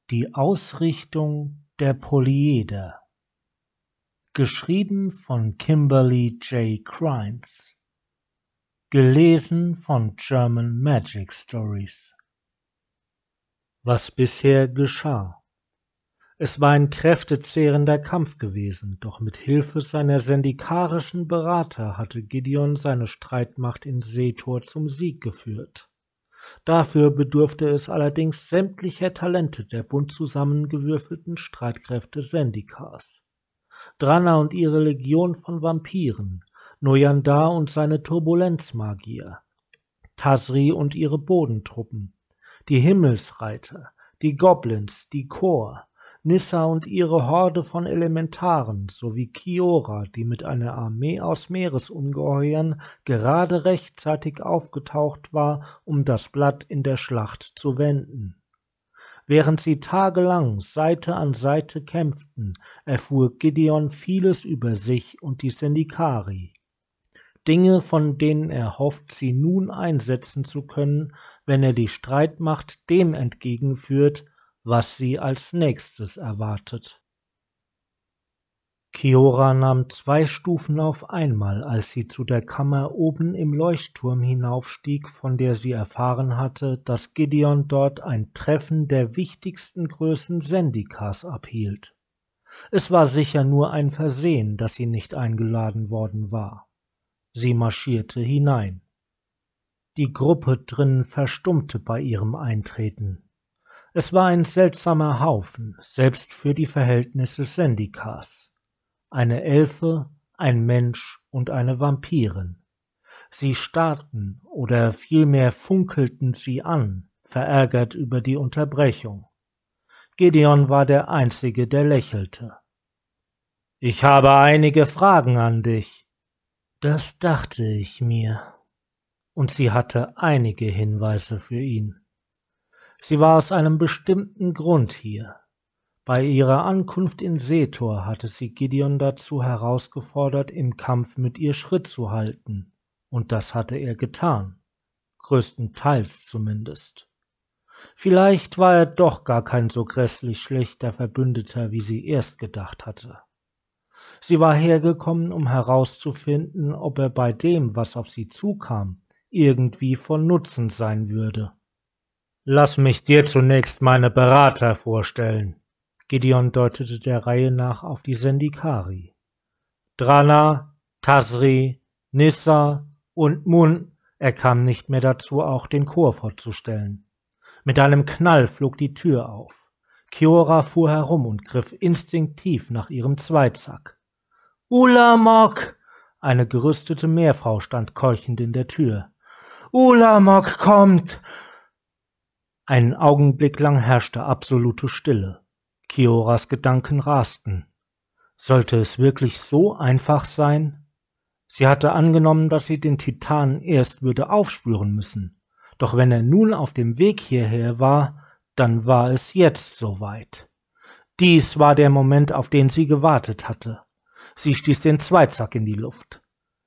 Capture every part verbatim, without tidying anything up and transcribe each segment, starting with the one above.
Die Ausrichtung der Polyeder. Geschrieben von Kimberly J. Crimes. Gelesen von German Magic Stories. Was bisher geschah. Es war ein kräftezehrender Kampf gewesen, doch mit Hilfe seiner sendikarischen Berater hatte Gideon seine Streitmacht in Setor zum Sieg geführt. Dafür bedurfte es allerdings sämtlicher Talente der bunt zusammengewürfelten Streitkräfte Zendikars. Drana und ihre Legion von Vampiren, Noyandar und seine Turbulenzmagier, Tazri und ihre Bodentruppen, die Himmelsreiter, die Goblins, die Chor, Nissa und ihre Horde von Elementaren sowie Kiora, die mit einer Armee aus Meeresungeheuern gerade rechtzeitig aufgetaucht war, um das Blatt in der Schlacht zu wenden. Während sie tagelang Seite an Seite kämpften, erfuhr Gideon vieles über sich und die Zendikari. Dinge, von denen er hofft, sie nun einsetzen zu können, wenn er die Streitmacht dem entgegenführt, was sie als nächstes erwartet. Kiora nahm zwei Stufen auf einmal, als sie zu der Kammer oben im Leuchtturm hinaufstieg, von der sie erfahren hatte, dass Gideon dort ein Treffen der wichtigsten Größen Zendikars abhielt. Es war sicher nur ein Versehen, dass sie nicht eingeladen worden war. Sie marschierte hinein. Die Gruppe drinnen verstummte bei ihrem Eintreten. Es war ein seltsamer Haufen, selbst für die Verhältnisse Zendikars. Eine Elfe, ein Mensch und eine Vampirin. Sie starrten, oder vielmehr funkelten sie an, verärgert über die Unterbrechung. Gideon war der Einzige, der lächelte. »Ich habe einige Fragen an dich.« »Das dachte ich mir.« Und sie hatte einige Hinweise für ihn. Sie war aus einem bestimmten Grund hier. Bei ihrer Ankunft in Setor hatte sie Gideon dazu herausgefordert, im Kampf mit ihr Schritt zu halten, und das hatte er getan, größtenteils zumindest. Vielleicht war er doch gar kein so grässlich schlechter Verbündeter, wie sie erst gedacht hatte. Sie war hergekommen, um herauszufinden, ob er bei dem, was auf sie zukam, irgendwie von Nutzen sein würde. »Lass mich dir zunächst meine Berater vorstellen.« Gideon deutete der Reihe nach auf die Zendikari. Drana, Tazri, Nissa und Mun, er kam nicht mehr dazu, auch den Chor vorzustellen. Mit einem Knall flog die Tür auf. Kiora fuhr herum und griff instinktiv nach ihrem Zweizack. »Ulamog!« Eine gerüstete Meerfrau stand keuchend in der Tür. »Ulamog kommt!« Einen Augenblick lang herrschte absolute Stille. Kioras Gedanken rasten. Sollte es wirklich so einfach sein? Sie hatte angenommen, dass sie den Titanen erst würde aufspüren müssen. Doch wenn er nun auf dem Weg hierher war, dann war es jetzt soweit. Dies war der Moment, auf den sie gewartet hatte. Sie stieß den Zweizack in die Luft.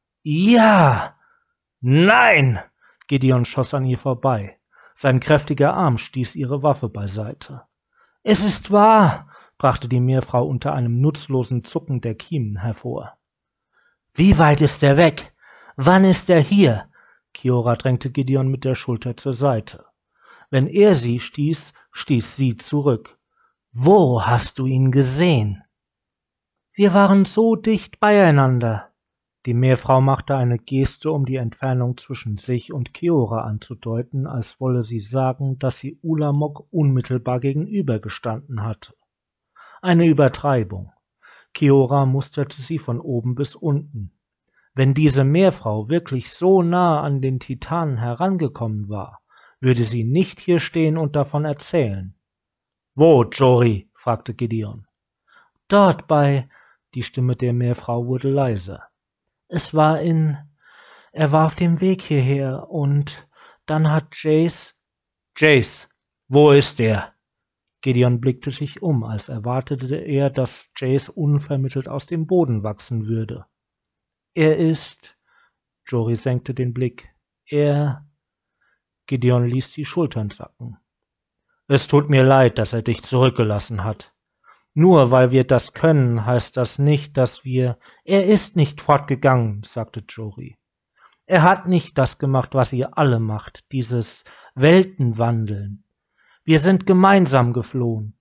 »Ja! Nein!« Gideon schoss an ihr vorbei. Sein kräftiger Arm stieß ihre Waffe beiseite. »Es ist wahr«, brachte die Meerfrau unter einem nutzlosen Zucken der Kiemen hervor. »Wie weit ist er weg? Wann ist er hier?« Kiora drängte Gideon mit der Schulter zur Seite. Wenn er sie stieß, stieß sie zurück. »Wo hast du ihn gesehen?« »Wir waren so dicht beieinander.« Die Meerfrau machte eine Geste, um die Entfernung zwischen sich und Kiora anzudeuten, als wolle sie sagen, dass sie Ulamog unmittelbar gegenübergestanden hatte. Eine Übertreibung. Kiora musterte sie von oben bis unten. Wenn diese Meerfrau wirklich so nah an den Titanen herangekommen war, würde sie nicht hier stehen und davon erzählen. »Wo, Jory?« fragte Gideon. »Dort bei...« Die Stimme der Meerfrau wurde leiser. »Es war in... Er war auf dem Weg hierher und dann hat Jace...« »Jace, wo ist er?« Gideon blickte sich um, als erwartete er, dass Jace unvermittelt aus dem Boden wachsen würde. »Er ist...« Jory senkte den Blick. »Er...« Gideon ließ die Schultern sacken. Es tut mir leid, dass er dich zurückgelassen hat. Nur weil wir das können, heißt das nicht, dass wir... Er ist nicht fortgegangen, sagte Jory. Er hat nicht das gemacht, was ihr alle macht, dieses Weltenwandeln. Wir sind gemeinsam geflohen.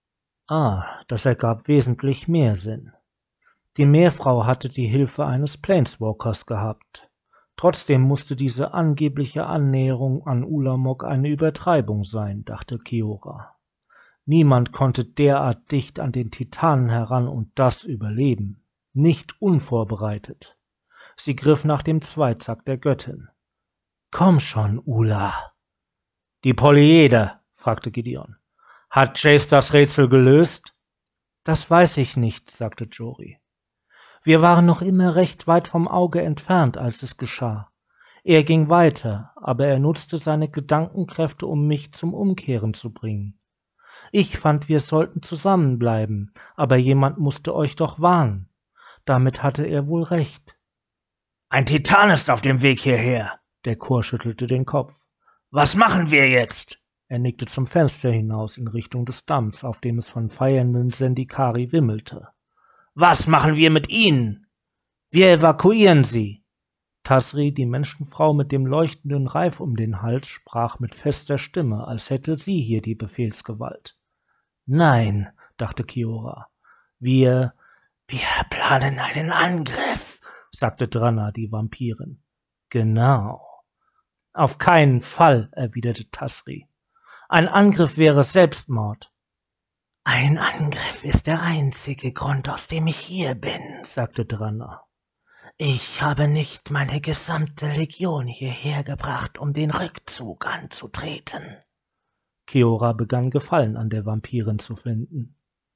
Ah, das ergab wesentlich mehr Sinn. Die Meerfrau hatte die Hilfe eines Planeswalkers gehabt. Trotzdem musste diese angebliche Annäherung an Ulamog eine Übertreibung sein, dachte Kiora. Niemand konnte derart dicht an den Titanen heran und das überleben, nicht unvorbereitet. Sie griff nach dem Zweizack der Göttin. »Komm schon, Ula!« »Die Polyeder«, fragte Gideon. »Hat Jace das Rätsel gelöst?« »Das weiß ich nicht«, sagte Jory. »Wir waren noch immer recht weit vom Auge entfernt, als es geschah. Er ging weiter, aber er nutzte seine Gedankenkräfte, um mich zum Umkehren zu bringen. Ich fand, wir sollten zusammenbleiben, aber jemand musste euch doch warnen. Damit hatte er wohl recht.« »Ein Titan ist auf dem Weg hierher!« Der Chor schüttelte den Kopf. »Was machen wir jetzt?« Er nickte zum Fenster hinaus in Richtung des Damms, auf dem es von feiernden Zendikari wimmelte. »Was machen wir mit ihnen?« »Wir evakuieren sie.« Tazri, die Menschenfrau mit dem leuchtenden Reif um den Hals, sprach mit fester Stimme, als hätte sie hier die Befehlsgewalt. »Nein«, dachte Kiora, »wir, wir planen einen Angriff«, sagte Drana, die Vampirin. »Genau.« »Auf keinen Fall«, erwiderte Tazri. »Ein Angriff wäre Selbstmord.« »Ein Angriff ist der einzige Grund, aus dem ich hier bin«, sagte Drana. »Ich habe nicht meine gesamte Legion hierher gebracht, um den Rückzug anzutreten.« Kiora begann Gefallen an der Vampirin zu finden.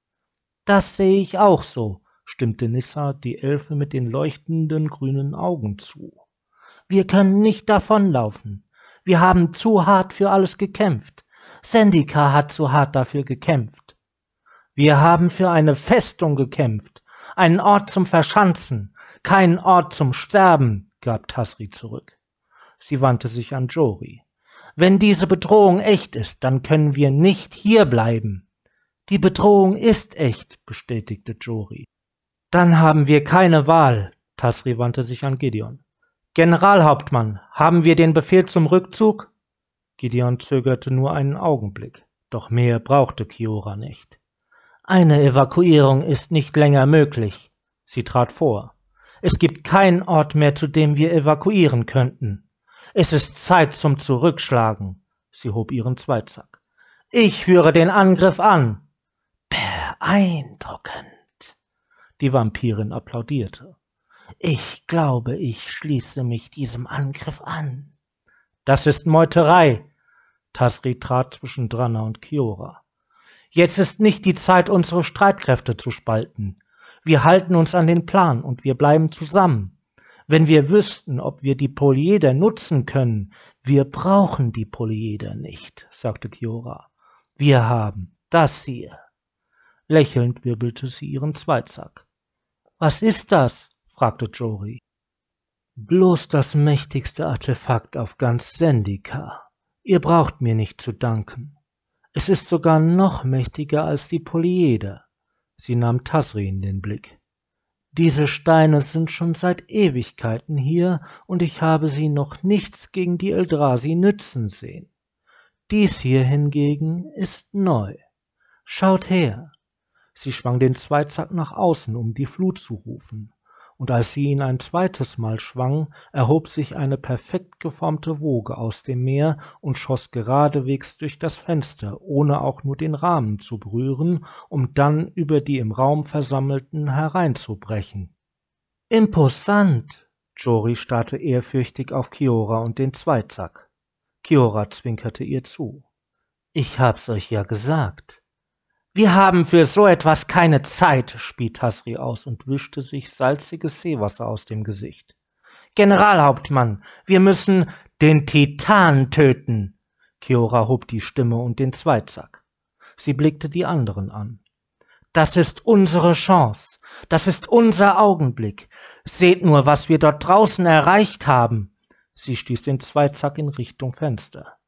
»Das sehe ich auch so«, stimmte Nissa, die Elfe mit den leuchtenden grünen Augen, zu. »Wir können nicht davonlaufen. Wir haben zu hart für alles gekämpft. Zendika hat zu hart dafür gekämpft. Wir haben für eine Festung gekämpft, einen Ort zum Verschanzen, keinen Ort zum Sterben«, gab Tazri zurück. Sie wandte sich an Jory. »Wenn diese Bedrohung echt ist, dann können wir nicht hier bleiben.« »Die Bedrohung ist echt«, bestätigte Jory. »Dann haben wir keine Wahl«, Tazri wandte sich an Gideon. »Generalhauptmann, haben wir den Befehl zum Rückzug?« Gideon zögerte nur einen Augenblick, doch mehr brauchte Kiora nicht. »Eine Evakuierung ist nicht länger möglich.« Sie trat vor. »Es gibt keinen Ort mehr, zu dem wir evakuieren könnten. Es ist Zeit zum Zurückschlagen.« Sie hob ihren Zweizack. »Ich führe den Angriff an.« »Beeindruckend.« Die Vampirin applaudierte. »Ich glaube, ich schließe mich diesem Angriff an.« »Das ist Meuterei!« Tazri trat zwischen Drana und Kiora. »Jetzt ist nicht die Zeit, unsere Streitkräfte zu spalten. Wir halten uns an den Plan und wir bleiben zusammen. Wenn wir wüssten, ob wir die Polyeder nutzen können, wir brauchen die Polyeder nicht«, sagte Kiora. »Wir haben das hier.« Lächelnd wirbelte sie ihren Zweizack. »Was ist das?« fragte Jory. »Bloß das mächtigste Artefakt auf ganz Zendika. Ihr braucht mir nicht zu danken. Es ist sogar noch mächtiger als die Polyeder.« Sie nahm Tazri in den Blick. »Diese Steine sind schon seit Ewigkeiten hier, und ich habe sie noch nichts gegen die Eldrazi nützen sehen. Dies hier hingegen ist neu. Schaut her!« Sie schwang den Zweizack nach außen, um die Flut zu rufen, und als sie ihn ein zweites Mal schwang, erhob sich eine perfekt geformte Woge aus dem Meer und schoss geradewegs durch das Fenster, ohne auch nur den Rahmen zu berühren, um dann über die im Raum Versammelten hereinzubrechen. »Imposant!« Jory starrte ehrfürchtig auf Kiora und den Zweizack. Kiora zwinkerte ihr zu. »Ich hab's euch ja gesagt.« »Wir haben für so etwas keine Zeit«, spie Tazri aus und wischte sich salziges Seewasser aus dem Gesicht. »Generalhauptmann, wir müssen den Titan töten!« Kiora hob die Stimme und den Zweizack. Sie blickte die anderen an. »Das ist unsere Chance. Das ist unser Augenblick. Seht nur, was wir dort draußen erreicht haben!« Sie stieß den Zweizack in Richtung Fenster.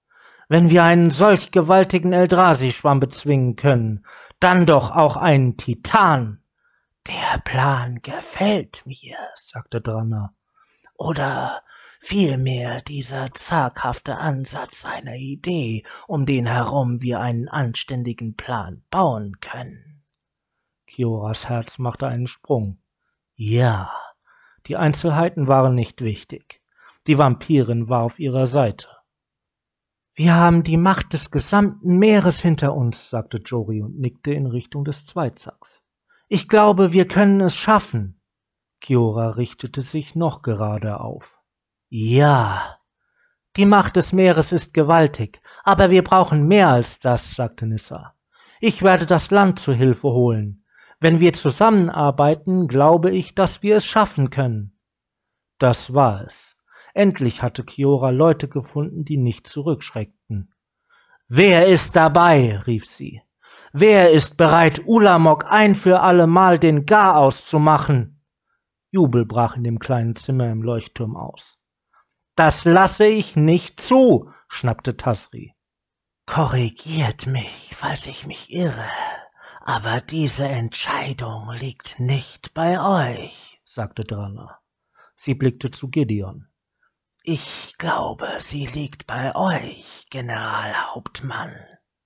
Wenn wir einen solch gewaltigen Eldrazi-Schwamm bezwingen können, dann doch auch einen Titan. Der Plan gefällt mir, sagte Drana. Oder vielmehr dieser zaghafte Ansatz einer Idee, um den herum wir einen anständigen Plan bauen können. Kioras Herz machte einen Sprung. Ja, die Einzelheiten waren nicht wichtig. Die Vampirin war auf ihrer Seite. »Wir haben die Macht des gesamten Meeres hinter uns«, sagte Jory und nickte in Richtung des Zweizacks. »Ich glaube, wir können es schaffen.« Kiora richtete sich noch gerade auf. »Ja, die Macht des Meeres ist gewaltig, aber wir brauchen mehr als das«, sagte Nissa. »Ich werde das Land zu Hilfe holen. Wenn wir zusammenarbeiten, glaube ich, dass wir es schaffen können.« Das war es. Endlich hatte Kiora Leute gefunden, die nicht zurückschreckten. »Wer ist dabei?« rief sie. »Wer ist bereit, Ulamog ein für allemal den Garaus zu machen?« Jubel brach in dem kleinen Zimmer im Leuchtturm aus. »Das lasse ich nicht zu«, schnappte Tasri. »Korrigiert mich, falls ich mich irre, aber diese Entscheidung liegt nicht bei euch«, sagte Drana. Sie blickte zu Gideon. »Ich glaube, sie liegt bei euch, Generalhauptmann.«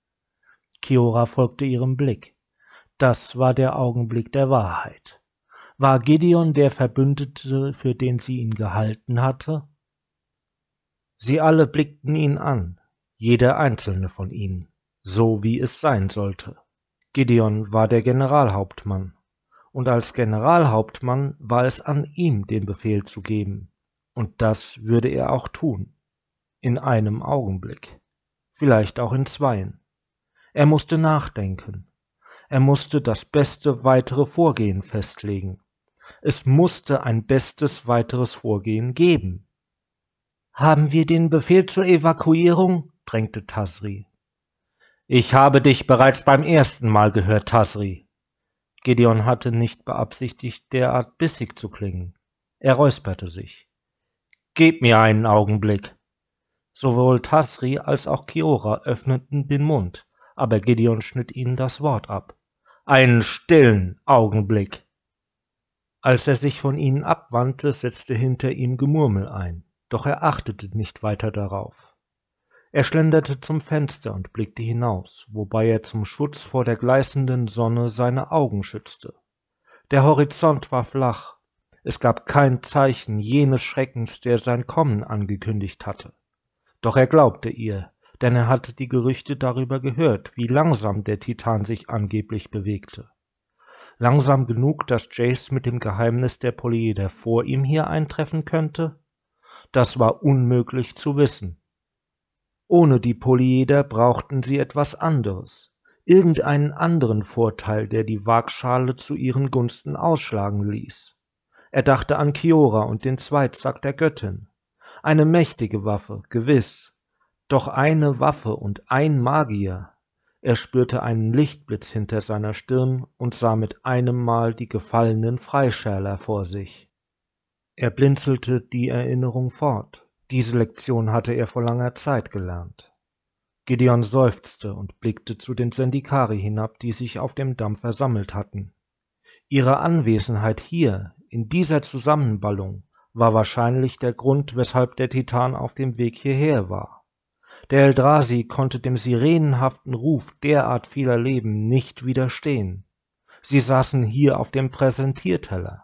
Kiora folgte ihrem Blick. Das war der Augenblick der Wahrheit. War Gideon der Verbündete, für den sie ihn gehalten hatte? Sie alle blickten ihn an, jeder einzelne von ihnen, so wie es sein sollte. Gideon war der Generalhauptmann, und als Generalhauptmann war es an ihm, den Befehl zu geben. Und das würde er auch tun. In einem Augenblick. Vielleicht auch in zweien. Er musste nachdenken. Er musste das beste weitere Vorgehen festlegen. Es musste ein bestes weiteres Vorgehen geben. »Haben wir den Befehl zur Evakuierung?« drängte Tasri. »Ich habe dich bereits beim ersten Mal gehört, Tasri.« Gideon hatte nicht beabsichtigt, derart bissig zu klingen. Er räusperte sich. »Gib mir einen Augenblick.« Sowohl Tasri als auch Kiora öffneten den Mund, aber Gideon schnitt ihnen das Wort ab. »Einen stillen Augenblick!« Als er sich von ihnen abwandte, setzte hinter ihm Gemurmel ein, doch er achtete nicht weiter darauf. Er schlenderte zum Fenster und blickte hinaus, wobei er zum Schutz vor der gleißenden Sonne seine Augen schützte. Der Horizont war flach. Es gab kein Zeichen jenes Schreckens, der sein Kommen angekündigt hatte. Doch er glaubte ihr, denn er hatte die Gerüchte darüber gehört, wie langsam der Titan sich angeblich bewegte. Langsam genug, dass Jace mit dem Geheimnis der Polyeder vor ihm hier eintreffen könnte? Das war unmöglich zu wissen. Ohne die Polyeder brauchten sie etwas anderes, irgendeinen anderen Vorteil, der die Waagschale zu ihren Gunsten ausschlagen ließ. Er dachte an Kiora und den Zweitzack der Göttin. Eine mächtige Waffe, gewiss, doch eine Waffe und ein Magier. Er spürte einen Lichtblitz hinter seiner Stirn und sah mit einem Mal die gefallenen Freischärler vor sich. Er blinzelte die Erinnerung fort. Diese Lektion hatte er vor langer Zeit gelernt. Gideon seufzte und blickte zu den Sendikari hinab, die sich auf dem Damm versammelt hatten. Ihre Anwesenheit hier, in dieser Zusammenballung, war wahrscheinlich der Grund, weshalb der Titan auf dem Weg hierher war. Der Eldrazi konnte dem sirenenhaften Ruf derart vieler Leben nicht widerstehen. Sie saßen hier auf dem Präsentierteller.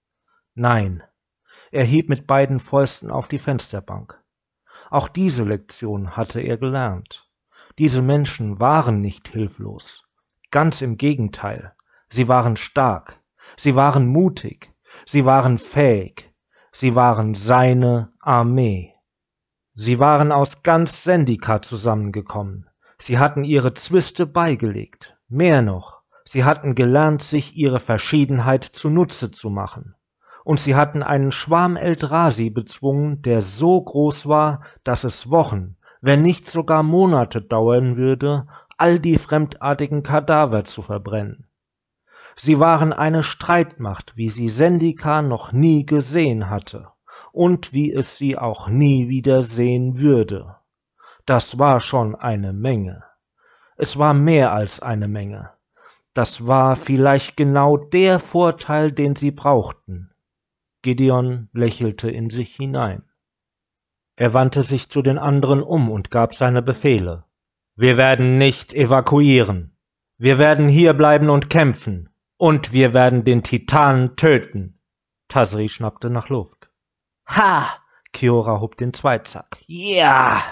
Nein, er hieb mit beiden Fäusten auf die Fensterbank. Auch diese Lektion hatte er gelernt. Diese Menschen waren nicht hilflos. Ganz im Gegenteil, sie waren stark, sie waren mutig, sie waren fähig, sie waren seine Armee. Sie waren aus ganz Zendikar zusammengekommen. Sie hatten ihre Zwiste beigelegt. Mehr noch, sie hatten gelernt, sich ihre Verschiedenheit zunutze zu machen. Und sie hatten einen Schwarm Eldrazi bezwungen, der so groß war, dass es Wochen, wenn nicht sogar Monate dauern würde, all die fremdartigen Kadaver zu verbrennen. Sie waren eine Streitmacht, wie sie Zendikar noch nie gesehen hatte und wie es sie auch nie wieder sehen würde. Das war schon eine Menge. Es war mehr als eine Menge. Das war vielleicht genau der Vorteil, den sie brauchten. Gideon lächelte in sich hinein. Er wandte sich zu den anderen um und gab seine Befehle. Wir werden nicht evakuieren. Wir werden hierbleiben und kämpfen. Und wir werden den Titanen töten. Tazri schnappte nach Luft. Ha! Kiora hob den Zweizack. Ja!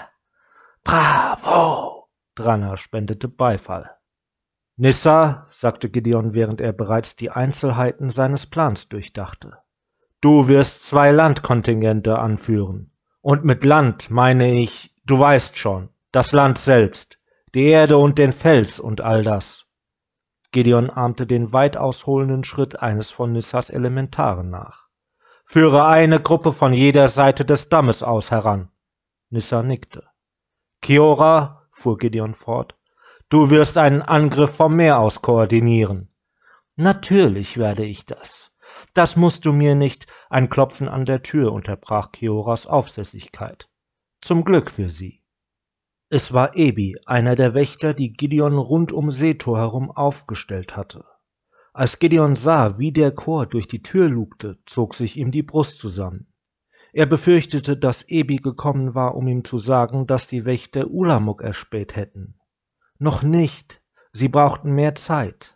Bravo! Drana spendete Beifall. Nissa, sagte Gideon, während er bereits die Einzelheiten seines Plans durchdachte. Du wirst zwei Landkontingente anführen. Und mit Land meine ich, du weißt schon, das Land selbst, die Erde und den Fels und all das. Gideon ahmte den weit ausholenden Schritt eines von Nissas Elementaren nach. Führe eine Gruppe von jeder Seite des Dammes aus heran. Nissa nickte. Kiora, fuhr Gideon fort, du wirst einen Angriff vom Meer aus koordinieren. Natürlich werde ich das. Das musst du mir nicht. Ein Klopfen an der Tür unterbrach Kioras Aufsässigkeit. Zum Glück für sie. Es war Ebi, einer der Wächter, die Gideon rund um Setor herum aufgestellt hatte. Als Gideon sah, wie der Chor durch die Tür lugte, zog sich ihm die Brust zusammen. Er befürchtete, dass Ebi gekommen war, um ihm zu sagen, dass die Wächter Ulamog erspäht hätten. Noch nicht. Sie brauchten mehr Zeit.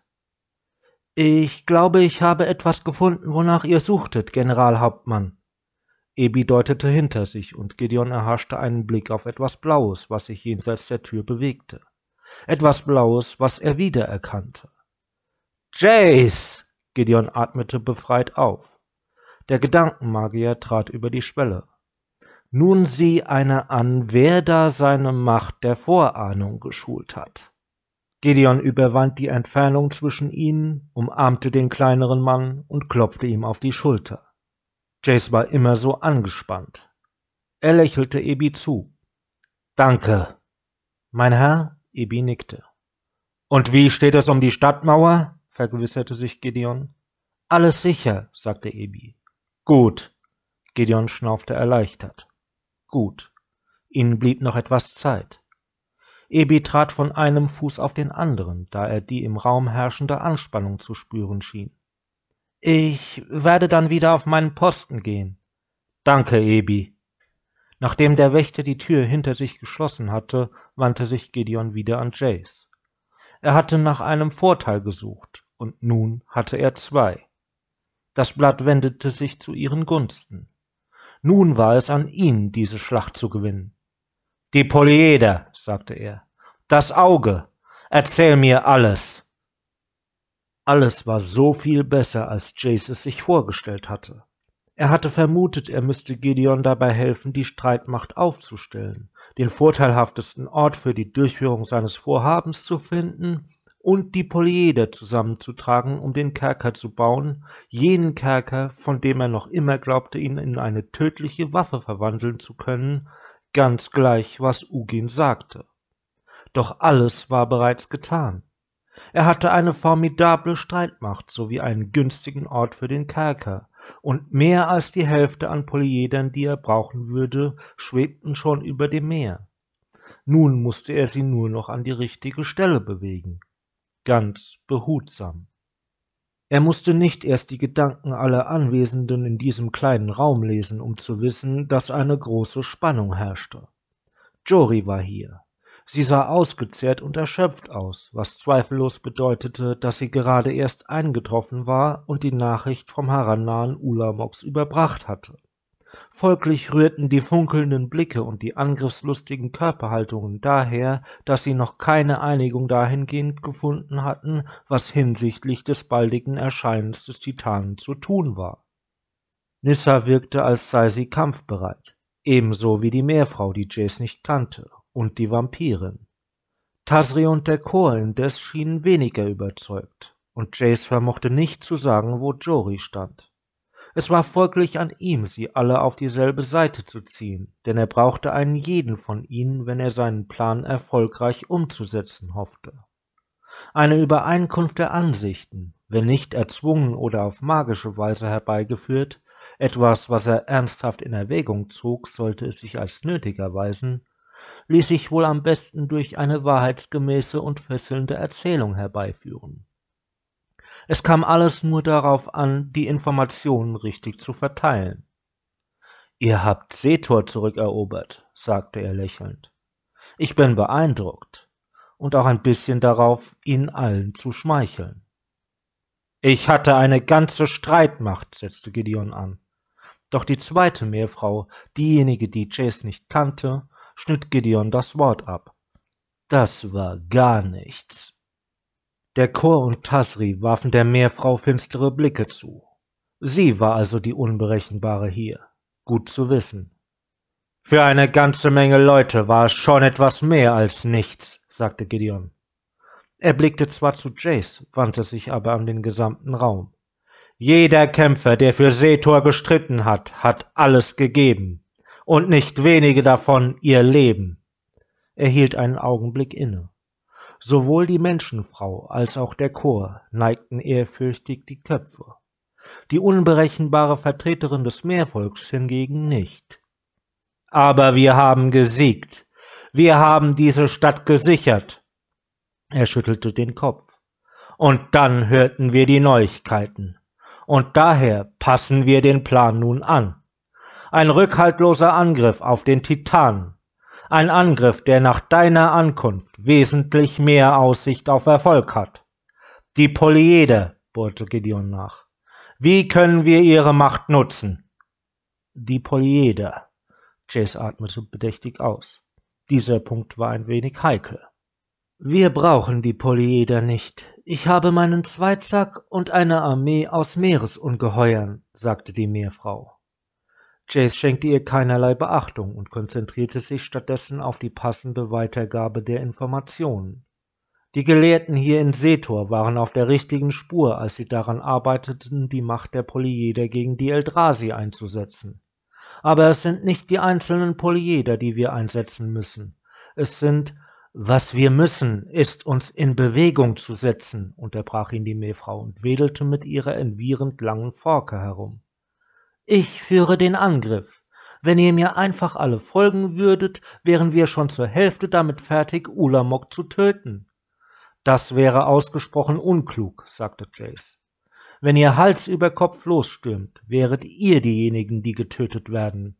»Ich glaube, ich habe etwas gefunden, wonach ihr suchtet, Generalhauptmann.« Ebi deutete hinter sich, und Gideon erhaschte einen Blick auf etwas Blaues, was sich jenseits der Tür bewegte. Etwas Blaues, was er wiedererkannte. »Jace!« Gideon atmete befreit auf. Der Gedankenmagier trat über die Schwelle. Nun sieh einer an, wer da seine Macht der Vorahnung geschult hat. Gideon überwand die Entfernung zwischen ihnen, umarmte den kleineren Mann und klopfte ihm auf die Schulter. Jace war immer so angespannt. Er lächelte Ebi zu. »Danke.« »Mein Herr?« Ebi nickte. »Und wie steht es um die Stadtmauer?« vergewisserte sich Gideon. »Alles sicher«, sagte Ebi. »Gut.« Gideon schnaufte erleichtert. »Gut. Ihnen blieb noch etwas Zeit.« Ebi trat von einem Fuß auf den anderen, da er die im Raum herrschende Anspannung zu spüren schien. »Ich werde dann wieder auf meinen Posten gehen.« »Danke, Ebi.« Nachdem der Wächter die Tür hinter sich geschlossen hatte, wandte sich Gideon wieder an Jace. Er hatte nach einem Vorteil gesucht, und nun hatte er zwei. Das Blatt wendete sich zu ihren Gunsten. Nun war es an ihnen, diese Schlacht zu gewinnen. »Die Polyeder«, sagte er. »Das Auge. Erzähl mir alles.« Alles war so viel besser, als Jace es sich vorgestellt hatte. Er hatte vermutet, er müsste Gideon dabei helfen, die Streitmacht aufzustellen, den vorteilhaftesten Ort für die Durchführung seines Vorhabens zu finden und die Polyeder zusammenzutragen, um den Kerker zu bauen, jenen Kerker, von dem er noch immer glaubte, ihn in eine tödliche Waffe verwandeln zu können, ganz gleich, was Ugin sagte. Doch alles war bereits getan. Er hatte eine formidable Streitmacht sowie einen günstigen Ort für den Kerker, und mehr als die Hälfte an Polyedern, die er brauchen würde, schwebten schon über dem Meer. Nun musste er sie nur noch an die richtige Stelle bewegen, ganz behutsam. Er musste nicht erst die Gedanken aller Anwesenden in diesem kleinen Raum lesen, um zu wissen, dass eine große Spannung herrschte. Jori war hier. Sie sah ausgezehrt und erschöpft aus, was zweifellos bedeutete, dass sie gerade erst eingetroffen war und die Nachricht vom Herannahen Ulamogs überbracht hatte. Folglich rührten die funkelnden Blicke und die angriffslustigen Körperhaltungen daher, dass sie noch keine Einigung dahingehend gefunden hatten, was hinsichtlich des baldigen Erscheinens des Titanen zu tun war. Nissa wirkte, als sei sie kampfbereit, ebenso wie die Meerfrau, die Jace nicht kannte, und die Vampirin. Tazri und der Chor indes schienen weniger überzeugt, und Jace vermochte nicht zu sagen, wo Jori stand. Es war folglich an ihm, sie alle auf dieselbe Seite zu ziehen, denn er brauchte einen jeden von ihnen, wenn er seinen Plan erfolgreich umzusetzen hoffte. Eine Übereinkunft der Ansichten, wenn nicht erzwungen oder auf magische Weise herbeigeführt, etwas, was er ernsthaft in Erwägung zog, sollte es sich als nötig erweisen, ließ sich wohl am besten durch eine wahrheitsgemäße und fesselnde Erzählung herbeiführen. Es kam alles nur darauf an, die Informationen richtig zu verteilen. »Ihr habt Setor zurückerobert«, sagte er lächelnd. »Ich bin beeindruckt und auch ein bisschen darauf, Ihnen allen zu schmeicheln.« »Ich hatte eine ganze Streitmacht«, setzte Gideon an. Doch die zweite Meerfrau, diejenige, die Jace nicht kannte, schnitt Gideon das Wort ab. »Das war gar nichts.« Der Chor und Tasri warfen der Meerfrau finstere Blicke zu. Sie war also die Unberechenbare hier. Gut zu wissen. »Für eine ganze Menge Leute war es schon etwas mehr als nichts«, sagte Gideon. Er blickte zwar zu Jace, wandte sich aber an den gesamten Raum. »Jeder Kämpfer, der für Setor gestritten hat, hat alles gegeben, und nicht wenige davon ihr Leben.« Er hielt einen Augenblick inne. Sowohl die Menschenfrau als auch der Chor neigten ehrfürchtig die Köpfe. Die unberechenbare Vertreterin des Meervolks hingegen nicht. »Aber wir haben gesiegt. Wir haben diese Stadt gesichert.« Er schüttelte den Kopf. »Und dann hörten wir die Neuigkeiten. Und daher passen wir den Plan nun an. Ein rückhaltloser Angriff auf den Titanen. Ein Angriff, der nach deiner Ankunft wesentlich mehr Aussicht auf Erfolg hat. Die Polyeder«, bohrte Gideon nach. »Wie können wir ihre Macht nutzen?« »Die Polyeder«, Jace atmete bedächtig aus. Dieser Punkt war ein wenig heikel. »Wir brauchen die Polyeder nicht. Ich habe meinen Zweizack und eine Armee aus Meeresungeheuern«, sagte die Meerfrau. Jace schenkte ihr keinerlei Beachtung und konzentrierte sich stattdessen auf die passende Weitergabe der Informationen. Die Gelehrten hier in Setor waren auf der richtigen Spur, als sie daran arbeiteten, die Macht der Polyeder gegen die Eldrazi einzusetzen. Aber es sind nicht die einzelnen Polyeder, die wir einsetzen müssen. Es sind, was wir müssen, ist, uns in Bewegung zu setzen«, unterbrach ihn die Meerfrau und wedelte mit ihrer entwirrend langen Forke herum. »Ich führe den Angriff. Wenn ihr mir einfach alle folgen würdet, wären wir schon zur Hälfte damit fertig, Ulamog zu töten.« »Das wäre ausgesprochen unklug«, sagte Jace. »Wenn ihr Hals über Kopf losstürmt, wäret ihr diejenigen, die getötet werden.«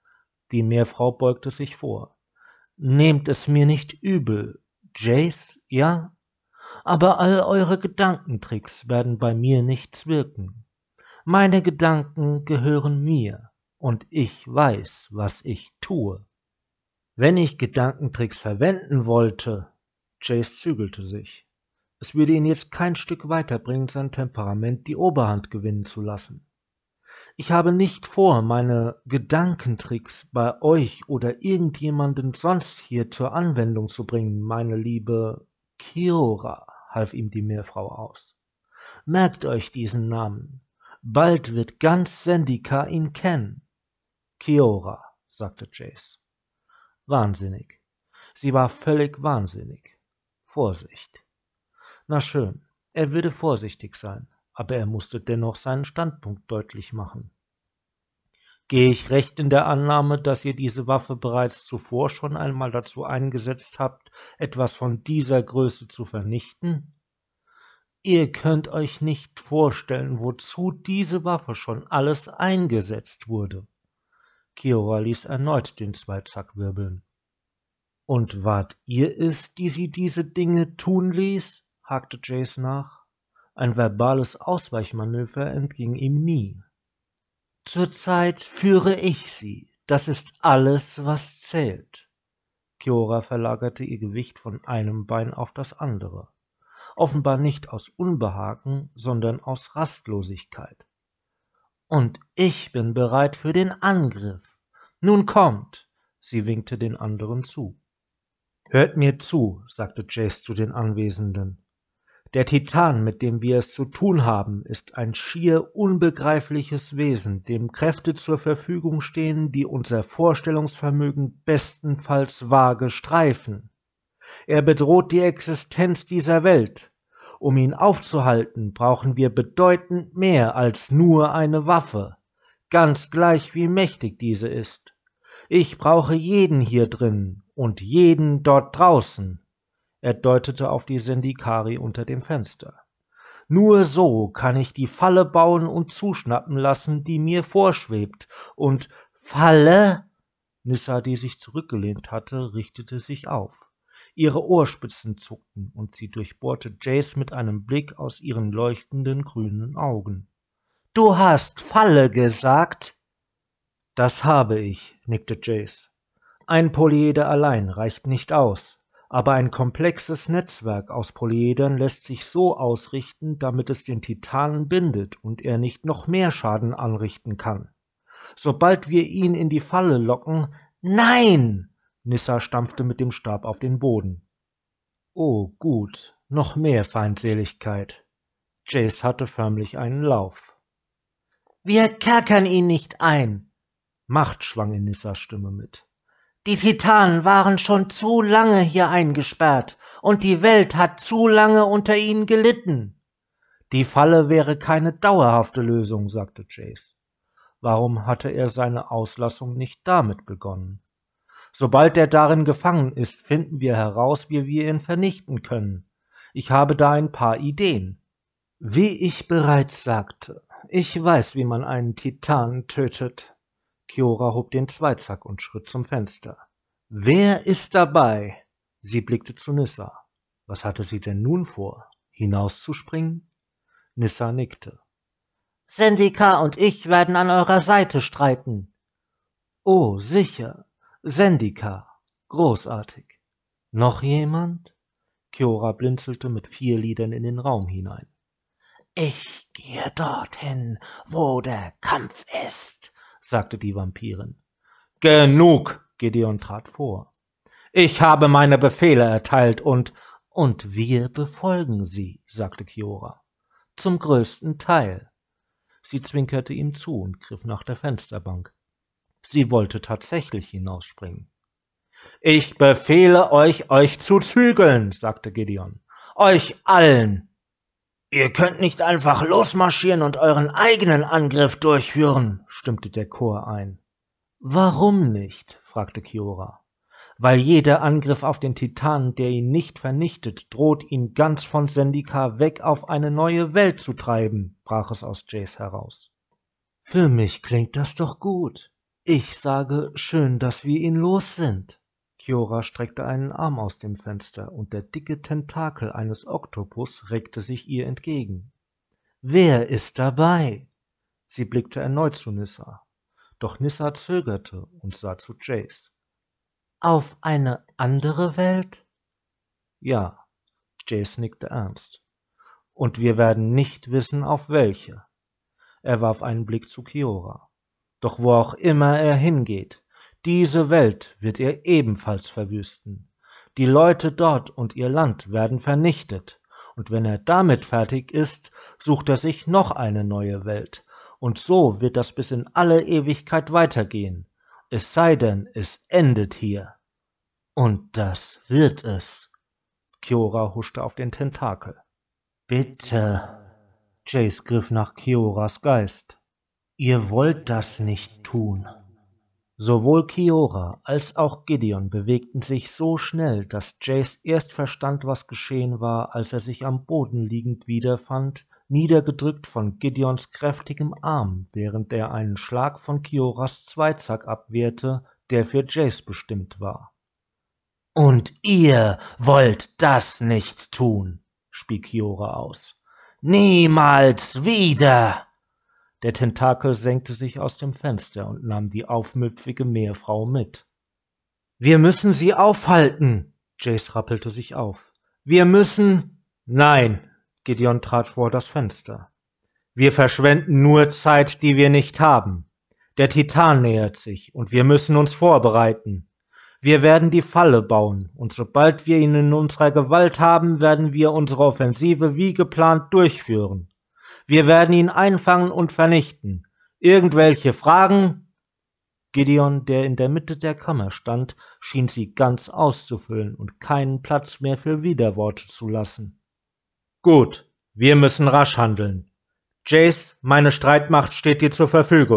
Die Meerfrau beugte sich vor. »Nehmt es mir nicht übel, Jace, ja? Aber all eure Gedankentricks werden bei mir nichts wirken. Meine Gedanken gehören mir, und ich weiß, was ich tue. Wenn ich Gedankentricks verwenden wollte«, Jace zügelte sich. Es würde ihn jetzt kein Stück weiterbringen, sein Temperament die Oberhand gewinnen zu lassen. »Ich habe nicht vor, meine Gedankentricks bei euch oder irgendjemanden sonst hier zur Anwendung zu bringen, meine liebe Kiora«, half ihm die Meerfrau aus. »Merkt euch diesen Namen. Bald wird ganz Zendika ihn kennen.« »Kiora«, sagte Jace. »Wahnsinnig. Sie war völlig wahnsinnig. Vorsicht. Na schön, er würde vorsichtig sein, aber er musste dennoch seinen Standpunkt deutlich machen. »Gehe ich recht in der Annahme, dass ihr diese Waffe bereits zuvor schon einmal dazu eingesetzt habt, etwas von dieser Größe zu vernichten? Ihr könnt euch nicht vorstellen, wozu diese Waffe schon alles eingesetzt wurde.« Kiora ließ erneut den Zweizack wirbeln. »Und wart ihr es, die sie diese Dinge tun ließ?« hakte Jace nach. Ein verbales Ausweichmanöver entging ihm nie. »Zurzeit führe ich sie. Das ist alles, was zählt.« Kiora verlagerte ihr Gewicht von einem Bein auf das andere. Offenbar nicht aus Unbehagen, sondern aus Rastlosigkeit. »Und ich bin bereit für den Angriff. Nun kommt!« Sie winkte den anderen zu. »Hört mir zu«, sagte Jace zu den Anwesenden. »Der Titan, mit dem wir es zu tun haben, ist ein schier unbegreifliches Wesen, dem Kräfte zur Verfügung stehen, die unser Vorstellungsvermögen bestenfalls vage streifen. Er bedroht die Existenz dieser Welt. Um ihn aufzuhalten, brauchen wir bedeutend mehr als nur eine Waffe, ganz gleich wie mächtig diese ist. Ich brauche jeden hier drin und jeden dort draußen. Er deutete auf die Sendikari unter dem Fenster. Nur so kann ich die Falle bauen und zuschnappen lassen, die mir vorschwebt. Und Falle? Nyssa, die sich zurückgelehnt hatte, richtete sich auf. Ihre Ohrspitzen zuckten, und sie durchbohrte Jace mit einem Blick aus ihren leuchtenden grünen Augen. »Du hast Falle gesagt?« »Das habe ich«, nickte Jace. »Ein Polyeder allein reicht nicht aus, aber ein komplexes Netzwerk aus Polyedern lässt sich so ausrichten, damit es den Titanen bindet und er nicht noch mehr Schaden anrichten kann. Sobald wir ihn in die Falle locken...« »Nein!« Nyssa stampfte mit dem Stab auf den Boden. »Oh, gut, noch mehr Feindseligkeit.« Jace hatte förmlich einen Lauf. »Wir kerkern ihn nicht ein!« Macht schwang in Nyssas Stimme mit. »Die Titanen waren schon zu lange hier eingesperrt, und die Welt hat zu lange unter ihnen gelitten.« »Die Falle wäre keine dauerhafte Lösung«, sagte Jace. Warum hatte er seine Auslassung nicht damit begonnen? »Sobald er darin gefangen ist, finden wir heraus, wie wir ihn vernichten können. Ich habe da ein paar Ideen.« »Wie ich bereits sagte, ich weiß, wie man einen Titanen tötet.« Kiora hob den Zweizack und schritt zum Fenster. »Wer ist dabei?« Sie blickte zu Nyssa. Was hatte sie denn nun vor? Hinauszuspringen? Nyssa nickte. »Sendika und ich werden an eurer Seite streiten.« »Oh, sicher. Sendika. Großartig. Noch jemand?« Kiora blinzelte mit vier Lidern in den Raum hinein. »Ich gehe dorthin, wo der Kampf ist«, sagte die Vampirin. »Genug«, Gideon trat vor. »Ich habe meine Befehle erteilt und...« »Und wir befolgen sie«, sagte Kiora. »Zum größten Teil.« Sie zwinkerte ihm zu und griff nach der Fensterbank. Sie wollte tatsächlich hinausspringen. »Ich befehle euch, euch zu zügeln«, sagte Gideon. »Euch allen!« »Ihr könnt nicht einfach losmarschieren und euren eigenen Angriff durchführen«, stimmte der Chor ein. »Warum nicht?«, fragte Kiora. »Weil jeder Angriff auf den Titanen, der ihn nicht vernichtet, droht, ihn ganz von Sendika weg auf eine neue Welt zu treiben«, brach es aus Jace heraus. »Für mich klingt das doch gut. Ich sage, schön, dass wir ihn los sind.« Kiora streckte einen Arm aus dem Fenster, und der dicke Tentakel eines Oktopus reckte sich ihr entgegen. »Wer ist dabei?« Sie blickte erneut zu Nyssa. Doch Nyssa zögerte und sah zu Jace. »Auf eine andere Welt?« »Ja«, Jace nickte ernst. »Und wir werden nicht wissen, auf welche.« Er warf einen Blick zu Kiora. »Doch wo auch immer er hingeht, diese Welt wird er ebenfalls verwüsten. Die Leute dort und ihr Land werden vernichtet, und wenn er damit fertig ist, sucht er sich noch eine neue Welt, und so wird das bis in alle Ewigkeit weitergehen, es sei denn, es endet hier. Und das wird es.« Kiora huschte auf den Tentakel. »Bitte!« Jace griff nach Kioras Geist. »Ihr wollt das nicht tun.« Sowohl Kiora als auch Gideon bewegten sich so schnell, dass Jace erst verstand, was geschehen war, als er sich am Boden liegend wiederfand, niedergedrückt von Gideons kräftigem Arm, während er einen Schlag von Kioras Zweizack abwehrte, der für Jace bestimmt war. »Und ihr wollt das nicht tun«, spie Kiora aus. »Niemals wieder!« Der Tentakel senkte sich aus dem Fenster und nahm die aufmüpfige Meerfrau mit. »Wir müssen sie aufhalten!« Jace rappelte sich auf. »Wir müssen...« »Nein!« Gideon trat vor das Fenster. »Wir verschwenden nur Zeit, die wir nicht haben. Der Titan nähert sich, und wir müssen uns vorbereiten. Wir werden die Falle bauen, und sobald wir ihn in unserer Gewalt haben, werden wir unsere Offensive wie geplant durchführen. Wir werden ihn einfangen und vernichten. Irgendwelche Fragen?« Gideon, der in der Mitte der Kammer stand, schien sie ganz auszufüllen und keinen Platz mehr für Widerworte zu lassen. »Gut, wir müssen rasch handeln. Jace, meine Streitmacht steht dir zur Verfügung.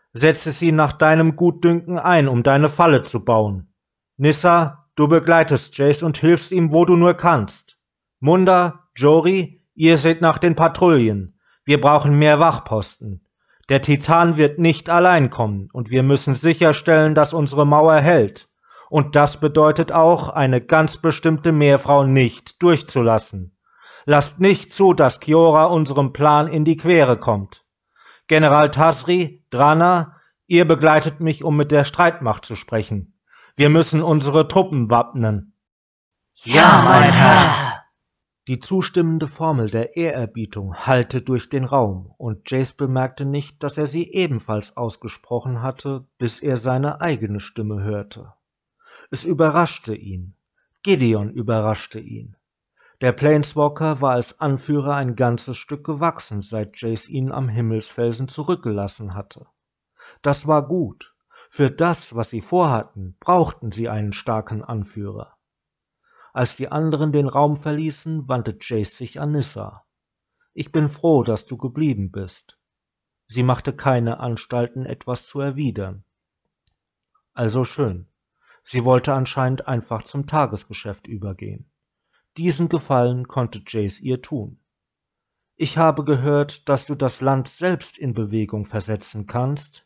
Setze sie nach deinem Gutdünken ein, um deine Falle zu bauen. Nyssa, du begleitest Jace und hilfst ihm, wo du nur kannst. Munda, Jory, ihr seht nach den Patrouillen. Wir brauchen mehr Wachposten. Der Titan wird nicht allein kommen und wir müssen sicherstellen, dass unsere Mauer hält. Und das bedeutet auch, eine ganz bestimmte Meerfrau nicht durchzulassen. Lasst nicht zu, dass Kiora unserem Plan in die Quere kommt. General Tazri, Drana, ihr begleitet mich, um mit der Streitmacht zu sprechen. Wir müssen unsere Truppen wappnen. Ja, mein Herr! Die zustimmende Formel der Ehrerbietung hallte durch den Raum, und Jace bemerkte nicht, dass er sie ebenfalls ausgesprochen hatte, bis er seine eigene Stimme hörte. Es überraschte ihn. Gideon überraschte ihn. Der Planeswalker war als Anführer ein ganzes Stück gewachsen, seit Jace ihn am Himmelsfelsen zurückgelassen hatte. Das war gut. Für das, was sie vorhatten, brauchten sie einen starken Anführer. Als die anderen den Raum verließen, wandte Jace sich an Nyssa. »Ich bin froh, dass du geblieben bist.« Sie machte keine Anstalten, etwas zu erwidern. Also schön. Sie wollte anscheinend einfach zum Tagesgeschäft übergehen. Diesen Gefallen konnte Jace ihr tun. »Ich habe gehört, dass du das Land selbst in Bewegung versetzen kannst.«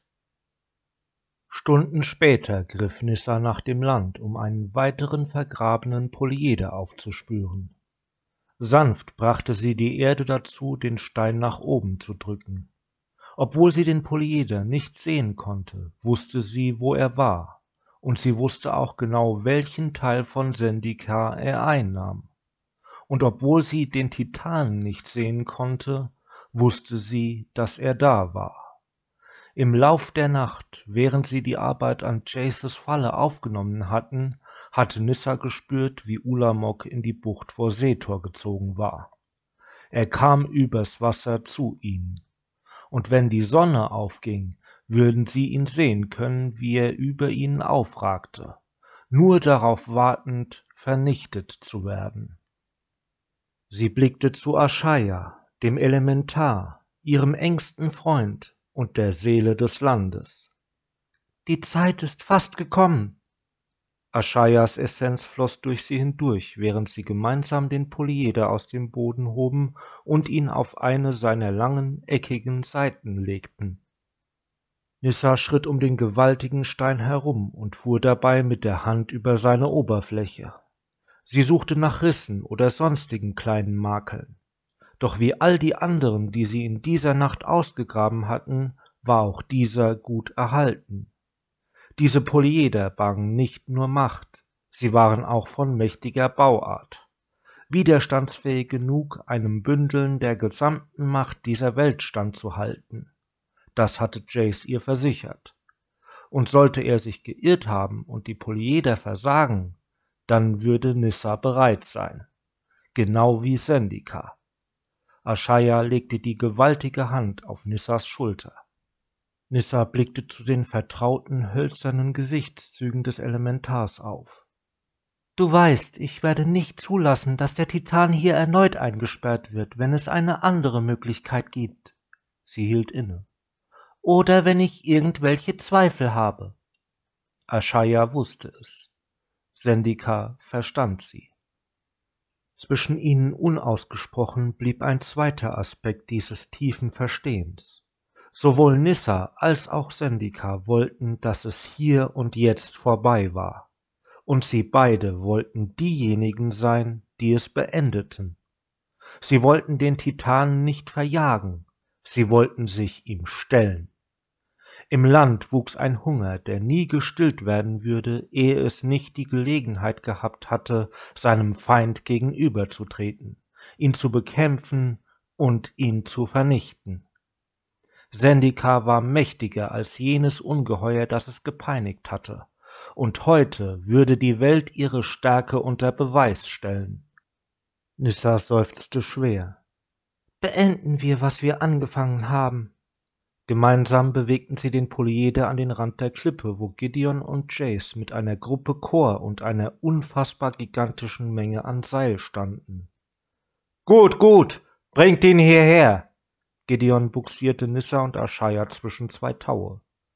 Stunden später griff Nyssa nach dem Land, um einen weiteren vergrabenen Polyeder aufzuspüren. Sanft brachte sie die Erde dazu, den Stein nach oben zu drücken. Obwohl sie den Polyeder nicht sehen konnte, wusste sie, wo er war, und sie wusste auch genau, welchen Teil von Zendikar er einnahm. Und obwohl sie den Titanen nicht sehen konnte, wusste sie, dass er da war. Im Lauf der Nacht, während sie die Arbeit an Jaces Falle aufgenommen hatten, hatte Nyssa gespürt, wie Ulamog in die Bucht vor Setor gezogen war. Er kam übers Wasser zu ihnen. Und wenn die Sonne aufging, würden sie ihn sehen können, wie er über ihnen aufragte, nur darauf wartend, vernichtet zu werden. Sie blickte zu Ashaya, dem Elementar, ihrem engsten Freund und der Seele des Landes. »Die Zeit ist fast gekommen!« Ashayas Essenz floss durch sie hindurch, während sie gemeinsam den Polyeder aus dem Boden hoben und ihn auf eine seiner langen, eckigen Seiten legten. Nyssa schritt um den gewaltigen Stein herum und fuhr dabei mit der Hand über seine Oberfläche. Sie suchte nach Rissen oder sonstigen kleinen Makeln. Doch wie all die anderen, die sie in dieser Nacht ausgegraben hatten, war auch dieser gut erhalten. Diese Polyeder bargen nicht nur Macht, sie waren auch von mächtiger Bauart. Widerstandsfähig genug, einem Bündeln der gesamten Macht dieser Welt standzuhalten. Das hatte Jace ihr versichert. Und sollte er sich geirrt haben und die Polyeder versagen, dann würde Nyssa bereit sein. Genau wie Zendikar. Ashaya legte die gewaltige Hand auf Nyssas Schulter. Nyssa blickte zu den vertrauten, hölzernen Gesichtszügen des Elementars auf. »Du weißt, ich werde nicht zulassen, dass der Titan hier erneut eingesperrt wird, wenn es eine andere Möglichkeit gibt.« Sie hielt inne. »Oder wenn ich irgendwelche Zweifel habe.« Ashaya wusste es. Zendikar verstand sie. Zwischen ihnen unausgesprochen blieb ein zweiter Aspekt dieses tiefen Verstehens. Sowohl Nyssa als auch Zendikar wollten, dass es hier und jetzt vorbei war. Und sie beide wollten diejenigen sein, die es beendeten. Sie wollten den Titanen nicht verjagen, sie wollten sich ihm stellen. Im Land wuchs ein Hunger, der nie gestillt werden würde, ehe es nicht die Gelegenheit gehabt hatte, seinem Feind gegenüberzutreten, ihn zu bekämpfen und ihn zu vernichten. Zendikar war mächtiger als jenes Ungeheuer, das es gepeinigt hatte, und heute würde die Welt ihre Stärke unter Beweis stellen. Nyssa seufzte schwer. »Beenden wir, was wir angefangen haben.« Gemeinsam bewegten sie den Polyeder an den Rand der Klippe, wo Gideon und Jace mit einer Gruppe Chor und einer unfassbar gigantischen Menge an Seil standen. »Gut, gut, bringt ihn hierher!« Gideon buxierte Nyssa und Ashaya zwischen zwei Taue.